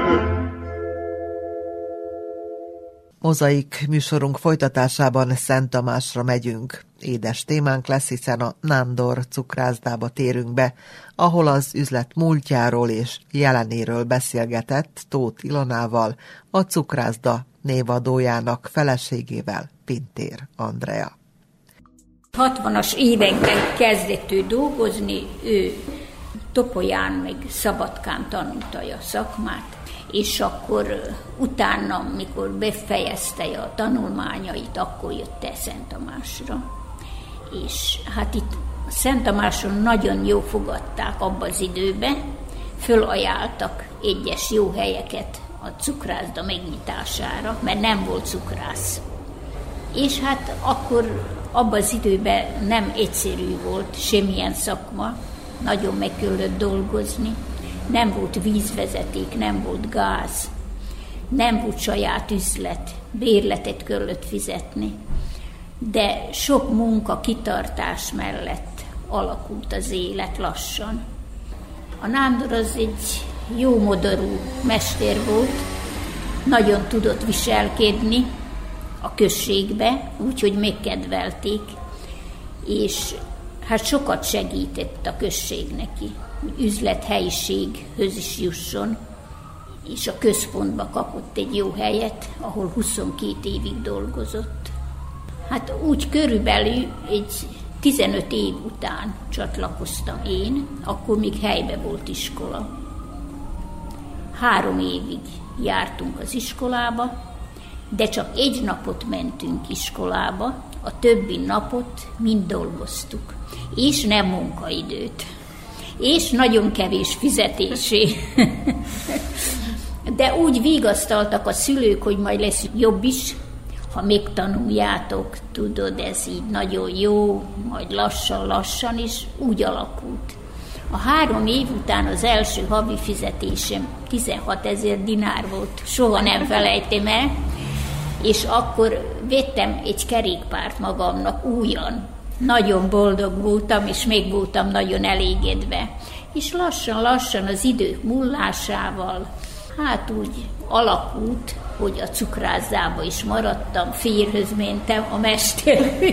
Mozaik műsorunk folytatásában Szent Tamásra megyünk. Édes témánk lesz, hiszen a Nándor cukrászdába térünk be, ahol az üzlet múltjáról és jelenéről beszélgetett Tóth Ilonával, a cukrászda névadójának feleségével, Pintér Andrea. 60-as években kezdett ő dolgozni, ő Topolyán meg Szabadkán tanulta a szakmát, és akkor utána, mikor befejezte a tanulmányait, akkor jött el Szent Tamásra. És hát itt Szent Tamáson nagyon jó fogadták abban az időben, fölajánltak egyes jó helyeket a cukrászda megnyitására, mert nem volt cukrász. És hát akkor abban az időben nem egyszerű volt semmilyen szakma, nagyon meg kellett dolgozni, nem volt vízvezeték, nem volt gáz. nem volt saját üzlet, bérletet kellett fizetni. De sok munka, kitartás mellett alakult az élet lassan. A Nándor az egy jó modorú mester volt, nagyon tudott viselkedni a községbe, úgyhogy megkedvelték, és hát sokat segített a község neki, hogy üzlethelyiséghöz is jusson, és a központba kapott egy jó helyet, ahol 22 évig dolgozott. Hát úgy körülbelül egy 15 év után csatlakoztam én, akkor még helyben volt iskola. 3 évig jártunk az iskolába, de csak egy napot mentünk iskolába, a többi napot mind dolgoztuk, és nem munkaidőt, és nagyon kevés fizetésé. De úgy vigasztaltak a szülők, hogy majd lesz jobb is, ha megtanuljátok, tudod, ez így nagyon jó, majd lassan, és úgy alakult. A 3 év után az első havi fizetésem 16 000 dinár volt, soha nem felejtem el, és akkor vettem egy kerékpárt magamnak újan. Nagyon boldog voltam, és még voltam nagyon elégedve. És lassan az idők múlásával, hát úgy alakult, hogy a cukrászdába is maradtam, férjhöz mentem a mesterhöz.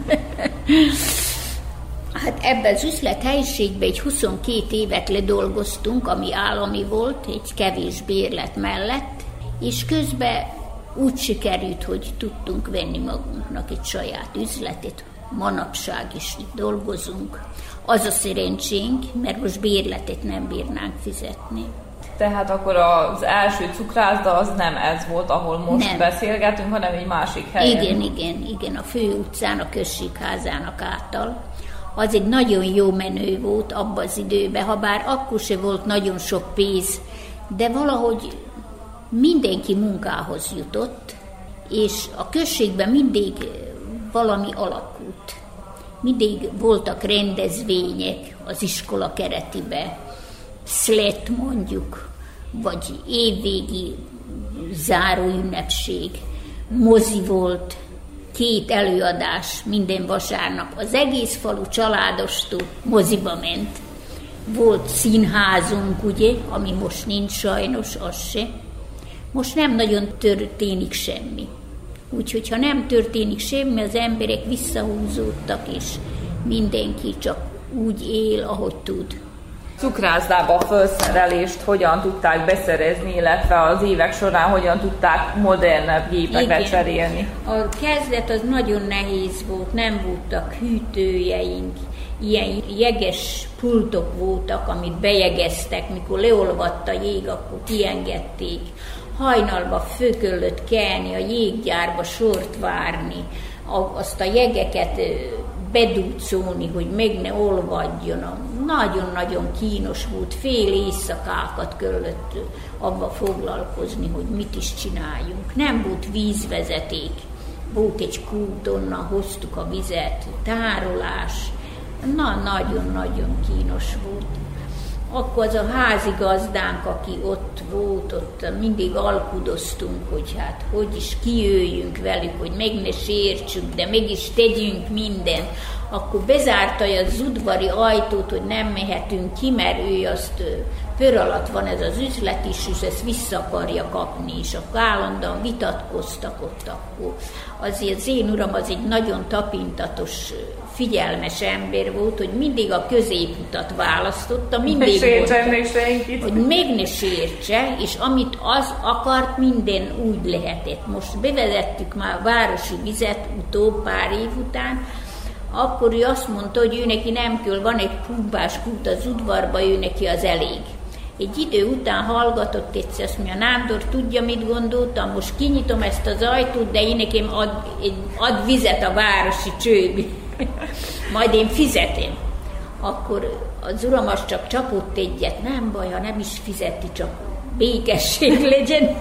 Hát ebben az üzlethelyiségben egy 22 évet ledolgoztunk, ami állami volt, egy kevés bérlet mellett, és közben úgy sikerült, hogy tudtunk venni magunknak egy saját üzletet, manapság is itt dolgozunk. Az a szerencsénk, mert most bérletet nem bírnánk fizetni. Tehát akkor az első cukrászda az nem ez volt, ahol most nem beszélgetünk, hanem egy másik helyen. Igen, a fő utcán, a községházának által. Az egy nagyon jó menő volt abban az időben, ha bár akkor se volt nagyon sok pénz, de valahogy mindenki munkához jutott, és a községben mindig valami alakult. Mindig voltak rendezvények az iskola keretében, szlet mondjuk, vagy évvégi záróünnepség, mozi volt, 2 előadás minden vasárnap. Az egész falu családostól moziba ment. Volt színházunk, ugye, ami most nincs sajnos, az se. Most nem nagyon történik semmi. Úgyhogy ha nem történik semmi, az emberek visszahúzódtak, és mindenki csak úgy él, ahogy tud. Cukrászdába a felszerelést hogyan tudták beszerezni, illetve az évek során hogyan tudták modernebb gépeket cserélni? A kezdet az nagyon nehéz volt, nem voltak hűtőjeink, ilyen jeges pultok voltak, amit bejegeztek, mikor leolvadt a jég, akkor kiengedték. Hajnalba fő kellett kelni, a jéggyárba sort várni, azt a jegeket bedúcolni, hogy meg ne olvadjon. Nagyon-nagyon kínos volt, fél éjszakákat kellett abba foglalkozni, hogy mit is csináljunk. Nem volt vízvezeték, volt egy kút, onnan hoztuk a vizet, tárolás. Nagyon-nagyon kínos volt. Akkor az a házigazdánk, aki ott volt, ott mindig alkudoztunk, hogy hát hogy is kijöjjünk velük, hogy meg ne sértsük, de mégis tegyünk mindent. Akkor bezárta az udvari ajtót, hogy nem mehetünk ki, mert ő azt pör alatt van ez az üzlet is, és ezt vissza akarja kapni, és akkor állandóan vitatkoztak ott akkor. Azért az én uram az egy nagyon tapintatos, figyelmes ember volt, hogy mindig a középutat választotta, mindig mondta, hogy meg ne sértse, és amit az akart, minden úgy lehetett. Most bevezettük már a városi vizet utóbb pár év után, akkor ő azt mondta, hogy ő neki nem kell, van egy kubbás kút az udvarba, ő neki az elég. Egy idő után hallgatott egyszer, azt mondja, Nándor, tudja, mit gondoltam? Most kinyitom ezt az ajtót, de én nekem ad vizet a városi csőbe. Majd én fizetem. Akkor az uram az csak csapott egyet, nem baj, ha nem is fizeti, csak békesség legyen.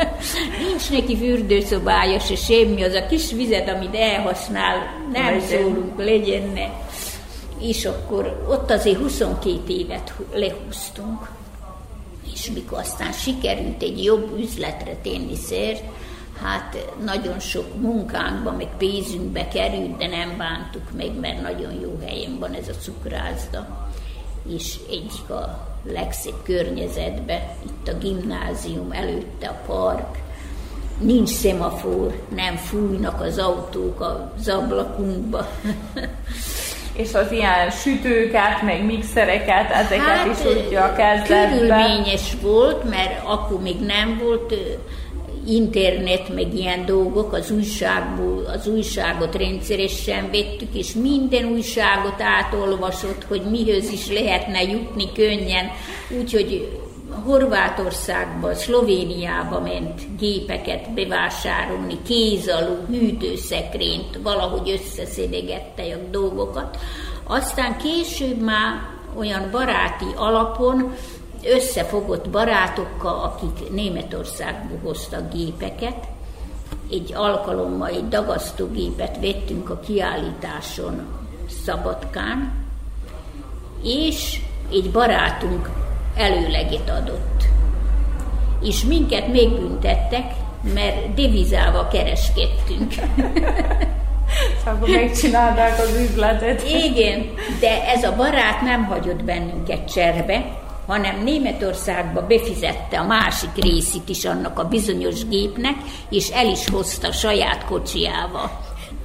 Nincs neki fürdőszobája se semmi, az a kis vizet, amit elhasznál, nem szólunk, legyenne. És akkor ott azért 22 évet lehúztunk. És és mikor aztán sikerült egy jobb üzletre tenni szert, hát nagyon sok munkánkba, meg pénzünkbe került, de nem bántuk meg, mert nagyon jó helyen van ez a cukrászda. És egyik a legszebb környezetbe, itt a gimnázium előtte a park, nincs szemafor, nem fújnak az autók az ablakunkba. És az ilyen sütőket, meg mixereket, ezeket is úgy a kezdetben. Körülményes volt, mert akkor még nem volt internet, meg ilyen dolgok, az újságot rendszeresen vettük, és minden újságot átolvasott, hogy mihöz is lehetne jutni könnyen, úgyhogy Horvátországba, Szlovéniába ment gépeket bevásárolni, kézalú, hűtőszekrényt, valahogy összeszedegette a dolgokat. Aztán később már olyan baráti alapon összefogott barátokkal, akik Németországból hoztak gépeket. Egy alkalommal egy dagasztógépet vettünk a kiállításon Szabadkán, és egy barátunk előleget adott. És minket megbüntettek, mert devizával kereskedtünk. És akkor megcsinálták az üzletet. Igen, de ez a barát nem hagyott bennünket cserbe, hanem Németországba befizette a másik részét is annak a bizonyos gépnek, és el is hozta saját kocsiával.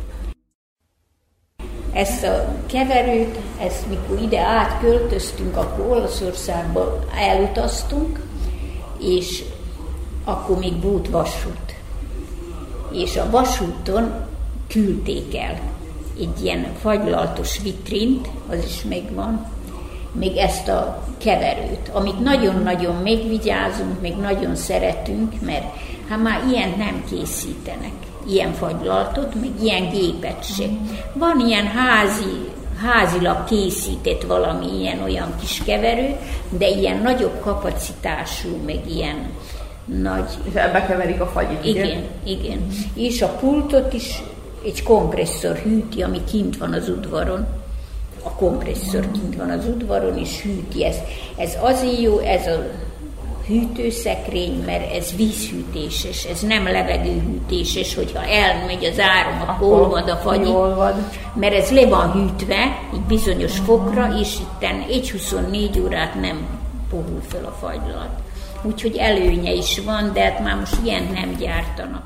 Ezt a keverőt, ezt mikor ide átköltöztünk, akkor Olaszországba elutaztunk, és akkor még volt vasút. És a vasúton küldték el egy ilyen fagylaltos vitrint, az is megvan, még ezt a keverőt, amit nagyon-nagyon megvigyázunk, még nagyon szeretünk, mert hát már ilyen nem készítenek, ilyen fagylaltot, meg ilyen gépet se. Van ilyen házilag készített valami ilyen olyan kis keverő, de ilyen nagyobb kapacitású, meg ilyen nagy... És ebbe keverik a fagyit, ugye? Igen, igen. És a pultot is egy kompresszor hűti, ami kint van az udvaron. A kompresszor kint van az udvaron, és hűti ezt. Ez azért jó, ez a hűtőszekrény, mert ez vízhűtéses, ez nem levegőhűtéses, hogyha elmegy az áram, akkor olvad a fagy, mert ez le van hűtve egy bizonyos fokra, és itten 1-24 órát nem pohul fel a fagylalt. Úgyhogy előnye is van, de hát már most ilyen nem gyártanak.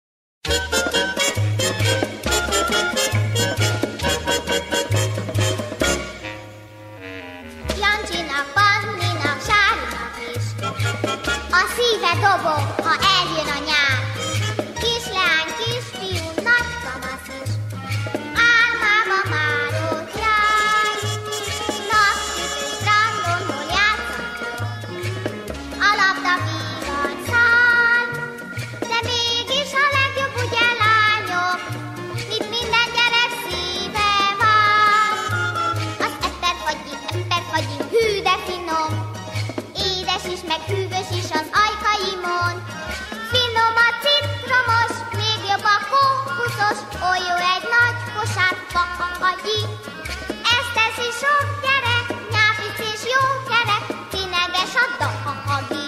A szíve dobog, ha eljön a nyár. Kislány, kisfiú, nagy kamasz is álmába már ott jár. Napsütő strandon, hol játszanak, a labda vígan száll. De mégis a legjobb ugye lányok, mit minden gyerek szíve vár. Az etterfagyi, hű de finom, édes is, meg hűvös is az ajkaimon. Finom a citromos, még jobb a kókuszos, oly jó egy nagy kosár fakahagyi. Ezt teszi sok gyerek, nyáfic és jó kerek, tényleges a dahahagi.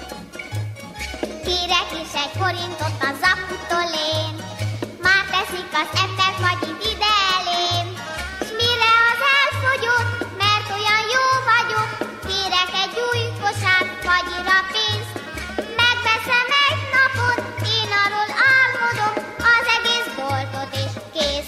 Kérek is egy forintot a zaputól én, már teszik az etterfagyit ide elém. S mire az elfogyott, mert olyan jó vagyok, kérek egy új kosár fagyira pénzt. Megveszem egy napot, én arról álmodok, az egész boltot is kész.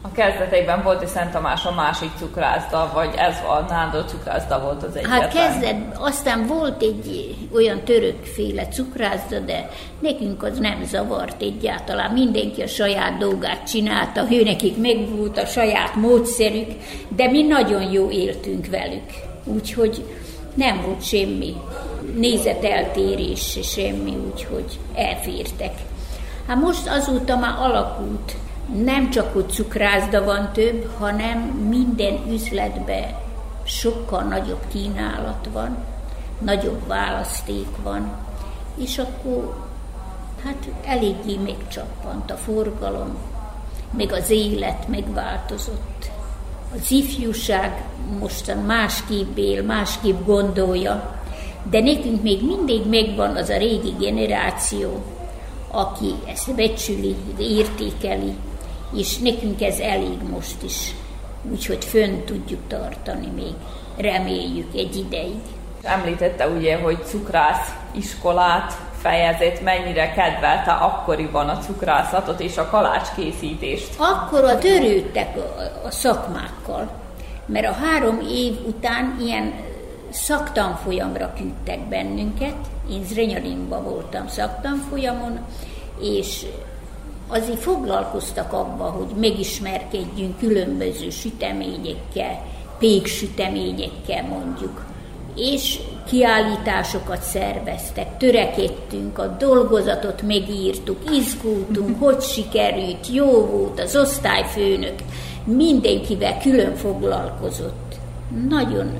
A kezdetekben volt, és Szent Tamás a másik cukrászda, vagy ez a Nándor cukrászda volt az egyetlen? Hát aztán volt egy olyan törökféle cukrászda, de nekünk az nem zavart egyáltalán. Mindenki a saját dolgát csinálta, nekik megvolt a saját módszerük, de mi nagyon jó éltünk velük. Úgyhogy nem volt semmi nézeteltérés, semmi, úgyhogy elfértek. Hát most azóta már alakult, nem csak hogy cukrászda van több, hanem minden üzletben sokkal nagyobb kínálat van, nagyobb választék van, és akkor hát eléggé megcsappant a forgalom, meg az élet megváltozott. Az ifjúság mostan másképp él, másképp gondolja, de nekünk még mindig megvan az a régi generáció, aki ezt becsüli, értékeli, és nekünk ez elég most is. Úgyhogy fönn tudjuk tartani még, reméljük egy ideig. Említette ugye, hogy cukrász iskolát fejezett, mennyire kedvelte akkoriban a cukrászatot és a kalácskészítést? Akkor törődtek a szakmákkal, mert a 3 év után ilyen szaktanfolyamra küldtek bennünket. Én Zrenyaninban voltam szaktanfolyamon, és azért foglalkoztak abba, hogy megismerkedjünk különböző süteményekkel, péksüteményekkel mondjuk, és kiállításokat szerveztek, törekedtünk, a dolgozatot megírtuk, izgultunk, hogy sikerült, jó volt az osztályfőnök, mindenkivel külön foglalkozott. Nagyon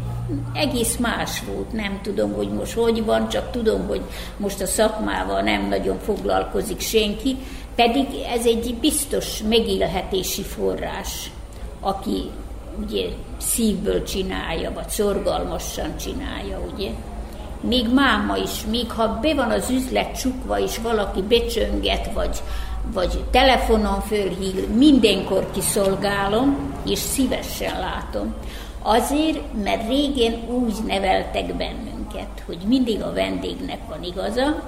egész más volt, nem tudom, hogy most hogy van, csak tudom, hogy most a szakmával nem nagyon foglalkozik senki, pedig ez egy biztos megélhetési forrás, aki ugye szívből csinálja, vagy szorgalmasan csinálja, ugye. Még máma is, még ha be van az üzlet csukva, és valaki becsönget, vagy telefonon fölhív, mindenkor kiszolgálom, és szívesen látom. Azért, mert régen úgy neveltek bennünket, hogy mindig a vendégnek van igaza,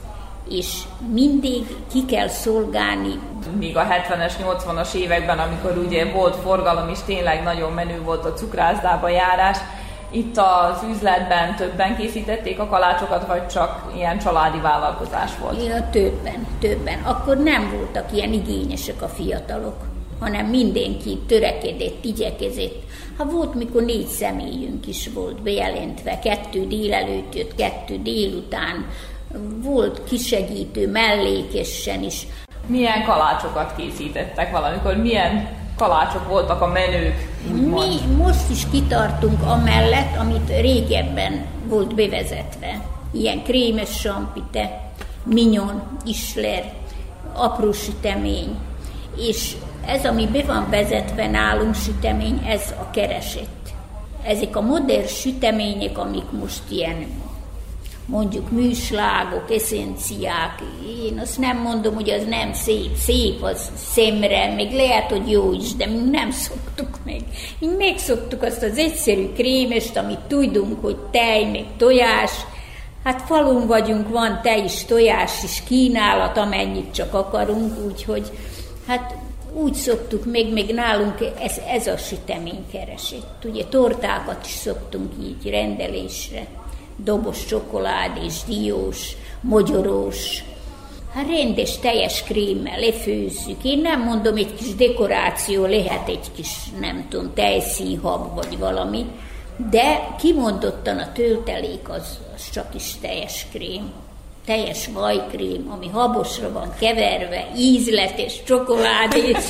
és mindig ki kell szolgálni. Míg a 70-es, 80-as években, amikor ugye volt forgalom, és tényleg nagyon menő volt a cukrászdába járás, itt az üzletben többen készítették a kalácsokat, vagy csak ilyen családi vállalkozás volt? Ja, többen. Akkor nem voltak ilyen igényesek a fiatalok, hanem mindenki törekedett, igyekezett. Ha volt, mikor 4 személyünk is volt bejelentve, 2 délelőtt jött, 2 délután, volt kisegítő mellékesen is. Milyen kalácsokat készítettek valamikor? Milyen kalácsok voltak a menők? Mi most is kitartunk amellett, amit régebben volt bevezetve. Ilyen krémes sampite, mignon, isler, apró sütemény. És ez, ami be van vezetve nálunk sütemény, ez a keresett. Ezek a modern sütemények, amik most ilyen mondjuk műslágok, eszenciák, én azt nem mondom, hogy az nem szép. Szép az szemre, meg lehet, hogy jó is, de mi nem szoktuk meg. Mi megszoktuk azt az egyszerű krémest, amit tudunk, hogy tej, meg tojás. Hát falun vagyunk, van tej is, tojás is, kínálat, amennyit csak akarunk, úgyhogy hát úgy szoktuk meg nálunk ez a süteménykeresett. Ugye tortákat is szoktunk így rendelésre. Dobos csokoládés, diós, mogyorós, hát rendes teljes krémmel lefőzzük. Én nem mondom, egy kis dekoráció lehet egy kis, nem tudom, tejszínhab vagy valami, de kimondottan a töltelék az csak is teljes krém. Teljes vajkrém, ami habosra van keverve, ízletes, csokoládés.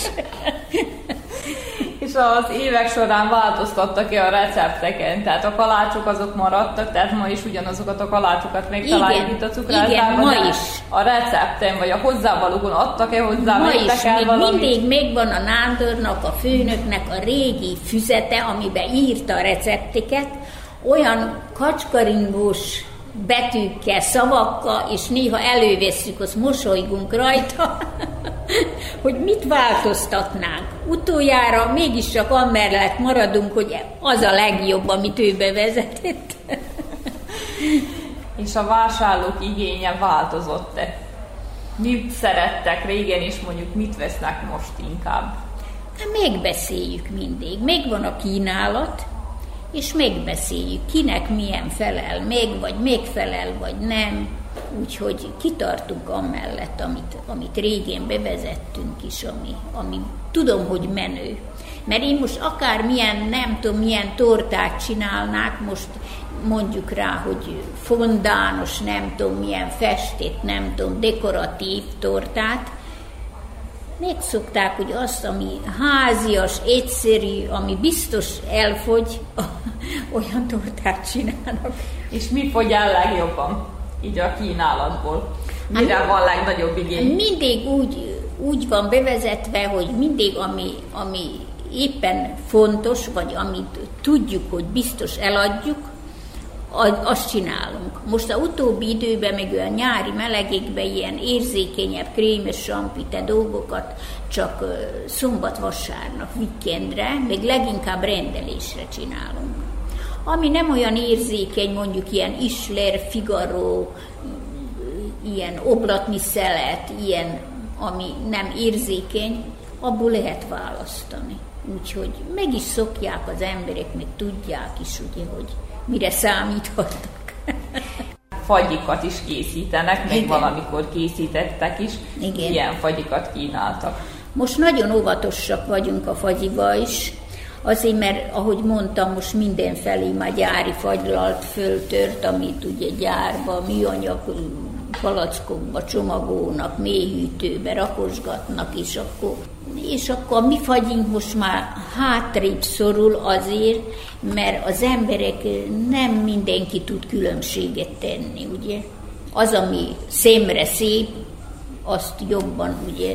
És az évek során változtattak-e a recepteken? Tehát a kalácsok azok maradtak, tehát ma is ugyanazokat a kalácsokat megtaláljuk itt a cukrászdában? Igen, ma is. A recepten, vagy a hozzávalókon adtak-e hozzá? Ma is, mindig megvan a Nándornak, a főnöknek a régi füzete, amiben írta a recepteket, olyan kacskaringós betűkkel, szavakkal, és néha elővesszük, azt mosolygunk rajta, hogy mit változtatnánk. Utoljára mégis csak amellett maradunk, hogy az a legjobb, amit ő bevezetett. És a vásárlók igénye változott-e? Mit szerettek régen, és mondjuk mit vesznek most inkább? Megbeszéljük mindig. Megvan a kínálat, és megbeszéljük, kinek milyen felel meg felel, vagy nem. Úgyhogy kitartunk amellett, amit régén bevezettünk is, ami tudom, hogy menő. Mert én most akármilyen, nem tudom, milyen tortát csinálnák, most mondjuk rá, hogy fondános, nem tudom, milyen festett, nem tudom, dekoratív tortát, megszokták, hogy azt, ami házias, egyszerű, ami biztos elfogy, olyan tortát csinálnak. És mi fogy el legjobban, így a kínálatból? Mire van legnagyobb igény? Mindig úgy van bevezetve, hogy mindig, ami éppen fontos, vagy amit tudjuk, hogy biztos eladjuk, azt csinálunk. Most az utóbbi időben, meg olyan nyári melegekben ilyen érzékenyebb, krémes, sampite dolgokat csak szombat-vasárnap, vikendre, meg leginkább rendelésre csinálunk. Ami nem olyan érzékeny, mondjuk ilyen Isler, Figaro, ilyen oblatni szelet, ilyen, ami nem érzékeny, abból lehet választani. Úgyhogy meg is szokják az emberek, meg tudják is, ugye, hogy mire számíthatnak. Fagyikat is készítenek, még valamikor készítettek is. Igen. Ilyen fagyikat kínáltak. Most nagyon óvatosak vagyunk a fagyival is, azért, mert ahogy mondtam, most mindenfelé már gyári fagylalt föltört, amit ugye gyárba, műanyag palackokba csomagolnak, mélyhűtőbe rakosgatnak, és akkor a mi fagyink most már hátrébb szorul azért, mert az emberek nem mindenki tud különbséget tenni, ugye. Az, ami szemre szép, azt jobban ugye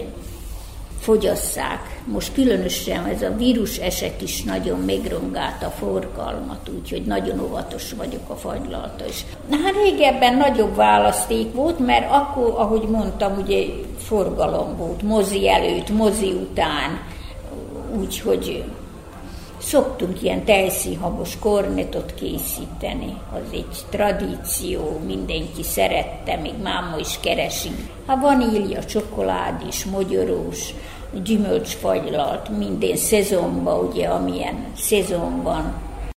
fogyasszák. Most különösen ez a vírus eset is nagyon megrongálta a forgalmat, úgyhogy nagyon óvatos vagyok a fagylalta is. Hát régebben nagyobb választék volt, mert akkor, ahogy mondtam, ugye forgalom volt, mozi előtt, mozi után, úgyhogy szoktunk ilyen tejszínhabos kornetot készíteni, az egy tradíció, mindenki szerette, még máma is keresi. A vanília, csokolád is, mogyorós, gyümölcsfagylalt, minden szezonban, ugye, amilyen szezon van.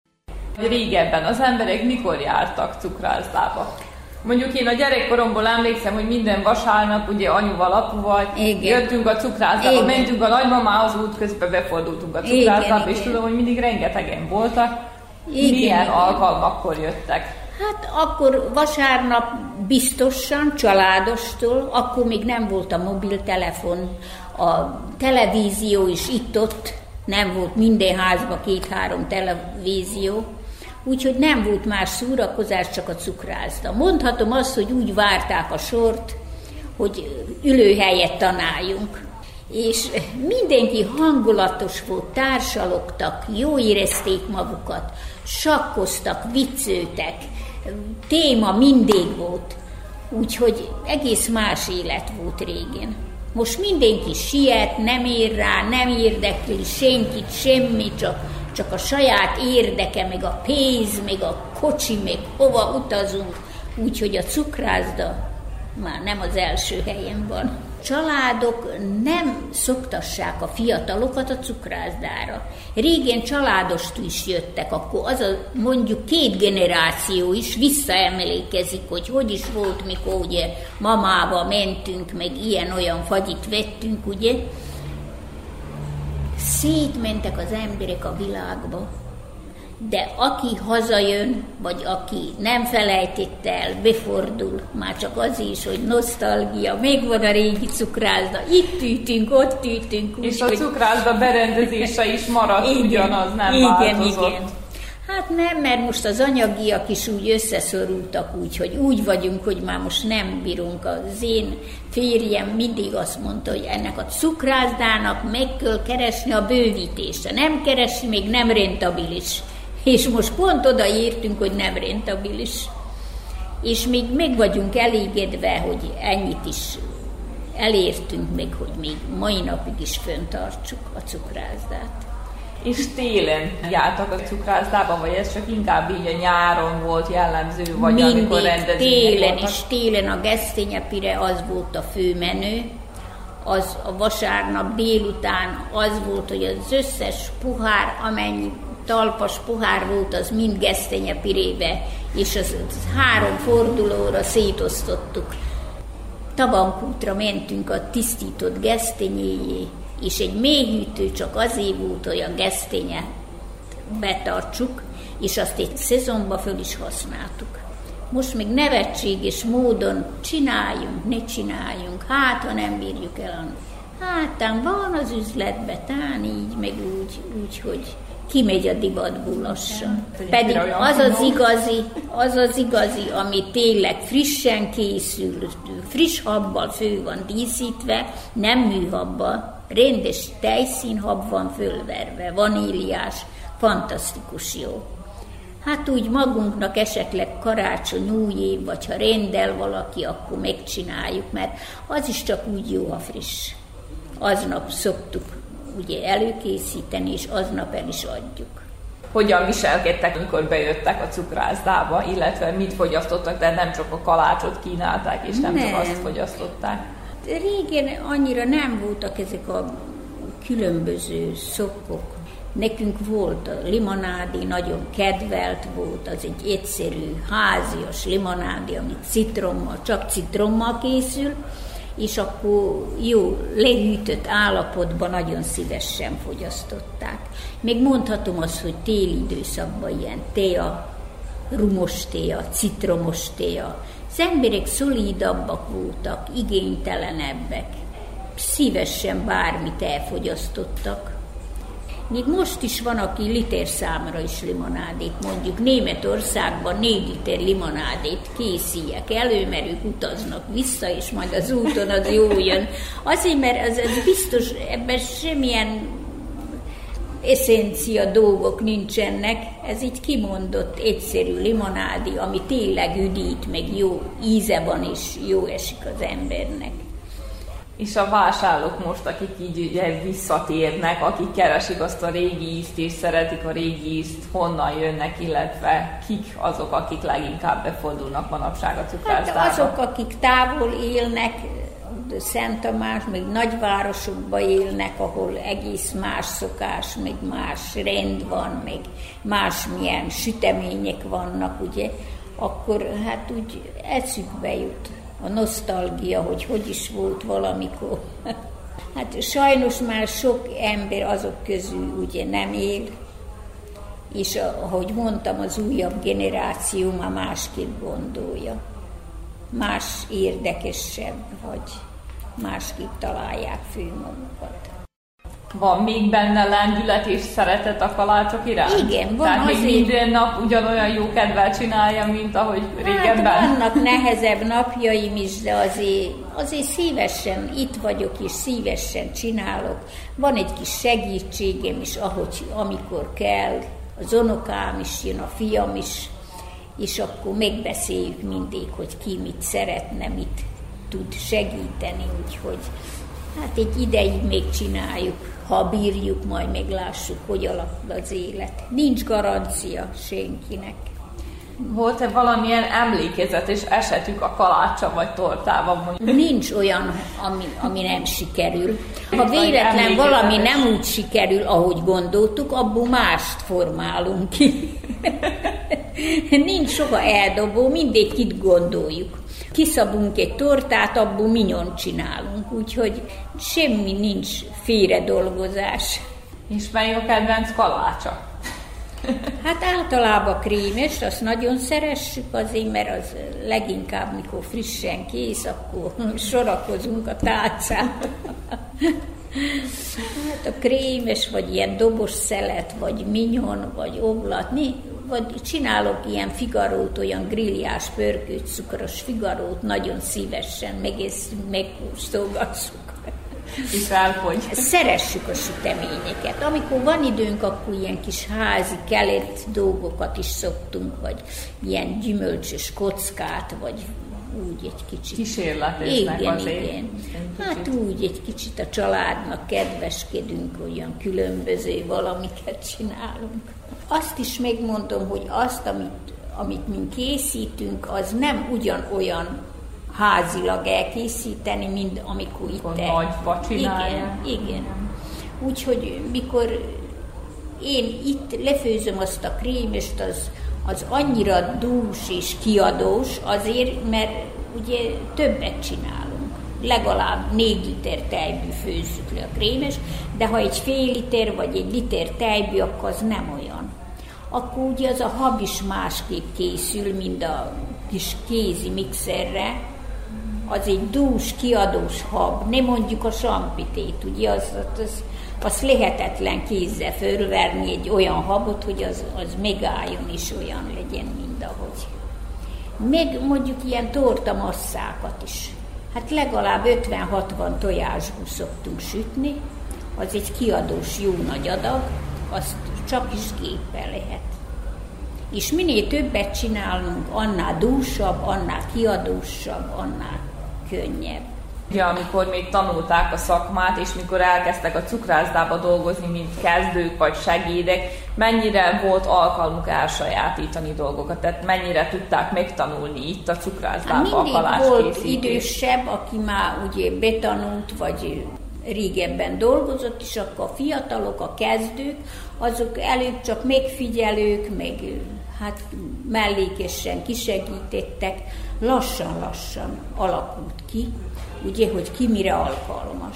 Régebben az emberek mikor jártak cukrászdába? Mondjuk én a gyerekkoromból emlékszem, hogy minden vasárnap ugye anyuval, apuval jöttünk a cukrászdába, mentünk a nagymamához, útközben befordultunk a cukrászdába, és tudom, hogy mindig rengetegen voltak. Milyen alkalmakkor jöttek? Hát akkor vasárnap biztosan, családostól, akkor még nem volt a mobiltelefon, a televízió is itt-ott, nem volt minden házban 2-3 televízió, úgyhogy nem volt más szórakozás, csak a cukrászda. Mondhatom azt, hogy úgy várták a sort, hogy ülőhelyet találjunk. És mindenki hangulatos volt, társalogtak, jó érezték magukat, sakkoztak, viccöltek, téma mindig volt. Úgyhogy egész más élet volt régen. Most mindenki siet, nem ér rá, nem érdekli senkit, semmi, csak a saját érdeke, meg a pénz, meg a kocsi, meg hova utazunk. Úgyhogy a cukrászda már nem az első helyen van. Családok nem szoktassák a fiatalokat a cukrászdára. Régen családostól is jöttek, akkor az a mondjuk 2 generáció is visszaemlékezik, hogy is volt, mikor ugye mamával mentünk, meg ilyen-olyan fagyit vettünk, ugye. Szétmentek az emberek a világba, de aki hazajön, vagy aki nem felejtett el, befordul, már csak az is, hogy nosztalgia, még van a régi cukrászda, itt tűtünk, ott tűtünk. És a cukrászda berendezése is maradt, ugyanaz, nem változott. Igen. Hát nem, mert most az anyagiak is úgy összeszorultak hogy úgy vagyunk, hogy már most nem bírunk. Az én férjem mindig azt mondta, hogy ennek a cukrászdának meg kell keresni a bővítése. Nem keresi, még nem rentabilis. És most pont odaértünk, hogy nem rentabilis. És még meg vagyunk elégedve, hogy ennyit is elértünk meg, hogy még mai napig is fenntartsuk a cukrászdát. És télen jártak a cukrászdába, vagy ez csak inkább így a nyáron volt jellemző, vagy mindig, amikor rendezvények télen voltak? is, télen a gesztenyepire az volt a fő menő, az a vasárnap délután az volt, hogy az összes pohár, amennyi talpas pohár volt, az mind gesztenyepirébe, és az 3 fordulóra szétosztottuk. Tabankútra mentünk a tisztított gesztenyéjé, és egy mélyhűtő csak azért volt, hogy a gesztenye betartsuk, és azt egy szezonba föl is használtuk. Most még nevetséges módon csináljunk, ne csináljunk, hát ha nem bírjuk el. Hátán van az üzletbe, tán így, meg úgy, hogy kimegy a divatból lassan. Pedig az az igazi, ami tényleg frissen készül, friss habbal fő van díszítve, nem műhabbal, rendes tejszínhab van fölverve, vaníliás, fantasztikus jó. Hát úgy magunknak esetleg karácsony, új év, vagy ha rendel valaki, akkor megcsináljuk, mert az is csak úgy jó, ha friss. Aznap szoktuk ugye előkészíteni, és aznap el is adjuk. Hogyan viselkedtek, amikor bejöttek a cukrászdába, illetve mit fogyasztottak, tehát nem csak a kalácsot kínálták, és nem csak azt fogyasztották? Régen annyira nem voltak ezek a különböző szokok. Nekünk volt a limonádi, nagyon kedvelt volt, az egy egyszerű, házias limonádi, ami csak citrommal készül, és akkor jó, lehűtött állapotban nagyon szívesen fogyasztották. Még mondhatom azt, hogy téli időszakban ilyen téa, rumos téa, citromos téa. Az emberek szolidabbak voltak, igénytelenebbek, szívesen bármit elfogyasztottak. Még most is van, aki literszámra is limonádét, mondjuk Németországban 4 liter limonádét készíjek elő, mert ők utaznak vissza, és majd az úton az jó jön. Azért, mert az biztos, ebben semmilyen eszencia dolgok nincsenek, ez így kimondott egyszerű limonádi, ami tényleg üdít, meg jó íze van, és jó esik az embernek. És a vásárlók most, akik így ugye visszatérnek, akik keresik azt a régi ízt és szeretik a régi ízt, honnan jönnek, illetve kik azok, akik leginkább befordulnak manapság a cukrászdába? Hát azok, akik távol élnek, Szent Tamás, még nagyvárosokban élnek, ahol egész más szokás, még más rend van, még másmilyen sütemények vannak, ugye, akkor hát úgy eszükbe jut a nosztalgia, hogy is volt valamikor. Hát sajnos már sok ember azok közül ugye nem él, és ahogy mondtam, az újabb generáció már másképp gondolja. Más érdekesebb, vagy másképp találják fő magukat. Van még benne lendület és szeretet a kalácsok iránt? Igen, van. Tehát még minden nap ugyanolyan jó kedvel csinálja, mint ahogy régebben? Hát vannak nehezebb napjaim is, de azért szívesen itt vagyok, és szívesen csinálok. Van egy kis segítségem is, amikor kell. Az unokám is jön, a fiam is, és akkor megbeszéljük mindig, hogy ki mit szeretne, mit tud segíteni, úgyhogy hát egy ideig még csináljuk, ha bírjuk, majd meglássuk, hogy alakul az élet. Nincs garancia senkinek. Volt-e valamilyen emlékezetes esetük a kalácsa vagy tortával? Nincs olyan, ami nem sikerül. Ha véletlen valami nem úgy sikerül, ahogy gondoltuk, abból mást formálunk ki. Nincs soha eldobó, mindegy kit gondoljuk. Kiszabunk egy tortát, abból minyon csinálunk, úgyhogy semmi nincs félredolgozás. És melyik a kedvenc kalácsa? Hát általában krémes, azt nagyon szeressük azért, mert az leginkább, mikor frissen kész, akkor sorakozunk a tálcát. Hát a krémes, vagy ilyen dobos szelet, vagy mignon, vagy oblat, vagy csinálok ilyen figarót, olyan grilliás, pörkölt, cukros figarót, nagyon szívesen megesszünk, megkóstolgassuk. És elfogy. Szeressük a süteményeket. Amikor van időnk, akkor ilyen kis házi kelet dolgokat is szoktunk, vagy ilyen gyümölcsös kockát, vagy úgy egy kicsit. Kísérleteznek azért. Igen. Hát úgy egy kicsit a családnak kedveskedünk, olyan különböző valamiket csinálunk. Azt is megmondom, hogy azt, amit mi készítünk, az nem ugyanolyan házilag elkészíteni, mint amikor itt nagyba csinálják. Igen. Úgyhogy mikor én itt lefőzöm azt a krémest, az annyira dús és kiadós azért, mert ugye többet csinálunk. Legalább 4 liter tejből főzzük le a krémest, de ha egy fél liter vagy egy liter tejből, akkor az nem olyan. Akkor ugye az a hab is másképp készül, mint a kis kézi mixerre. Az egy dús, kiadós hab, nem mondjuk a sampitét, ugye az lehetetlen kézzel fölverni egy olyan habot, hogy az megálljon is olyan legyen, mint ahogy. Meg mondjuk ilyen tortamasszákat is. Hát legalább 50-60 tojásból szoktunk sütni, az egy kiadós jó nagy adag, azt csak is géppel lehet. És minél többet csinálunk, annál dúsabb, annál kiadósabb, annál könnyebb. Ugye, amikor még tanulták a szakmát, és mikor elkezdtek a cukrászdába dolgozni, mint kezdők vagy segédek, mennyire volt alkalmuk elsajátítani dolgokat? Tehát mennyire tudták megtanulni itt a cukrászdába a kalácskészítést? Volt idősebb, aki már ugye betanult, vagy régebben dolgozott, és akkor a fiatalok, a kezdők, azok előbb csak megfigyelők, meg hát mellékesen kisegítettek, lassan-lassan alakult ki, ugye, hogy ki mire alkalmas.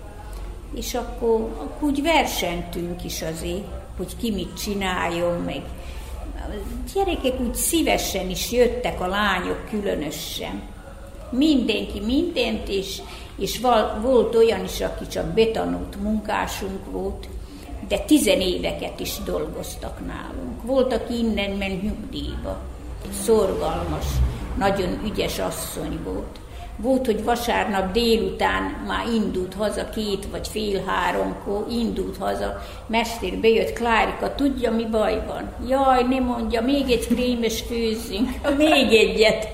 És akkor úgy versentünk is azért, hogy ki mit csináljon, meg a gyerekek úgy szívesen is jöttek, a lányok különösen. Mindenki mindent, és volt olyan is, aki csak betanult munkásunk volt, de 10 éveket is dolgoztak nálunk. Volt, aki innen ment nyugdíjba. Szorgalmas, nagyon ügyes asszony volt. Volt, hogy vasárnap délután már indult haza 2 vagy fél 3-kor, indult haza, mester bejött, Klárika, tudja, mi baj van? Jaj, ne mondja, még egy krémes főzzünk, még egyet.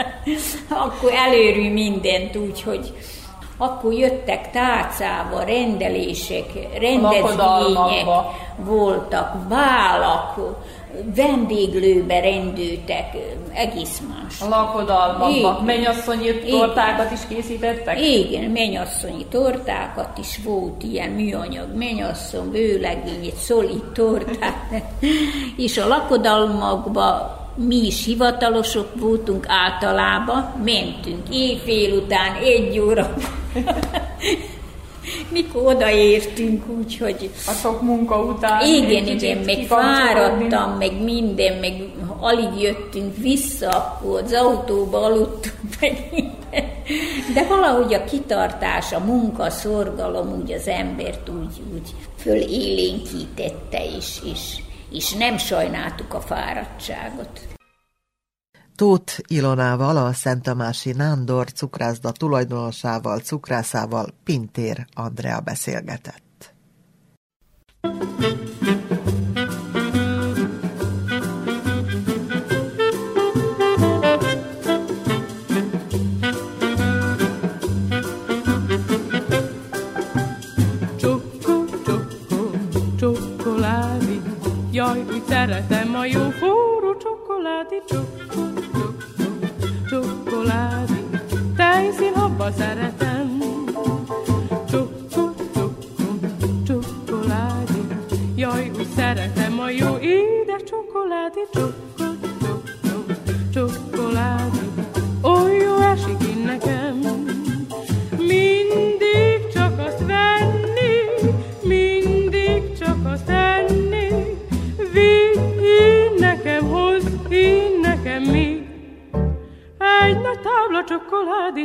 Akkor előrül mindent, úgyhogy akkor jöttek tárcával, rendelések, rendezvények voltak, bálak, vendéglőbe rendültek, egész más. A lakodalmakban mennyasszonyi tortákat is készítettek? Igen, mennyasszonyi tortákat is volt, ilyen műanyag mennyasszony, vőlegény, egy szolid tortát. És a lakodalmakban mi is hivatalosok voltunk általában, mentünk éjfél után, 1 óra. Mikor odaértünk, úgyhogy... A sok munka után... Igen, meg fáradtam, meg minden, meg alig jöttünk vissza, akkor az autóba aludtunk, meg minden. De valahogy a kitartás, a munka, a szorgalom úgy az embert úgy fölélénkítette, és nem sajnáltuk a fáradtságot. Tóth Ilonával, a Szenttamási Nándor cukrászda tulajdonosával, cukrászával Pintér Andrea beszélgetett. Csokoládi, jaj, úgy szeretem a jó forró csokoládi, csokoládi, tejszínhabba szeretem. Csokoládi, jaj, úgy szeretem a jó édes csokoládi, csokoládi, oly jó esik én nekem. Mindig csak azt venni, mindig csak azt enni, vigy nekem, hozz én nekem még egy nagy tábla csokoládi,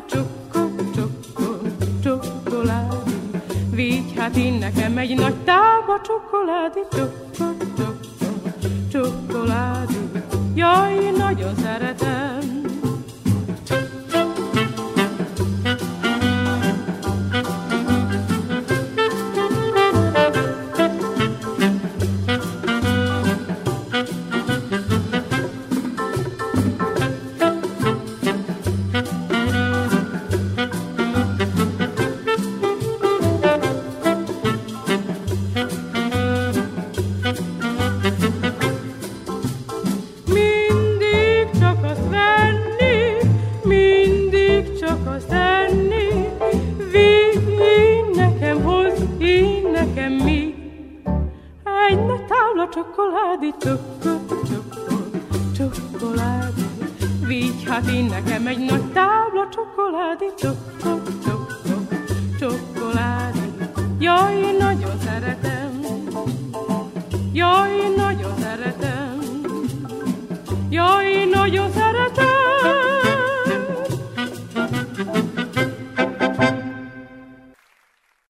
csokoládi, vigy hát én nekem egy nagy tábla csokoládi, csokoládi, jaj, én nagyon szeretem. tábla, csokoládé, csokoládé. Vigy hát én nekem egy nagy tábla, csokoládé, csokoládé. Jaj, én nagyon szeretem, jaj, én nagyon szeretem.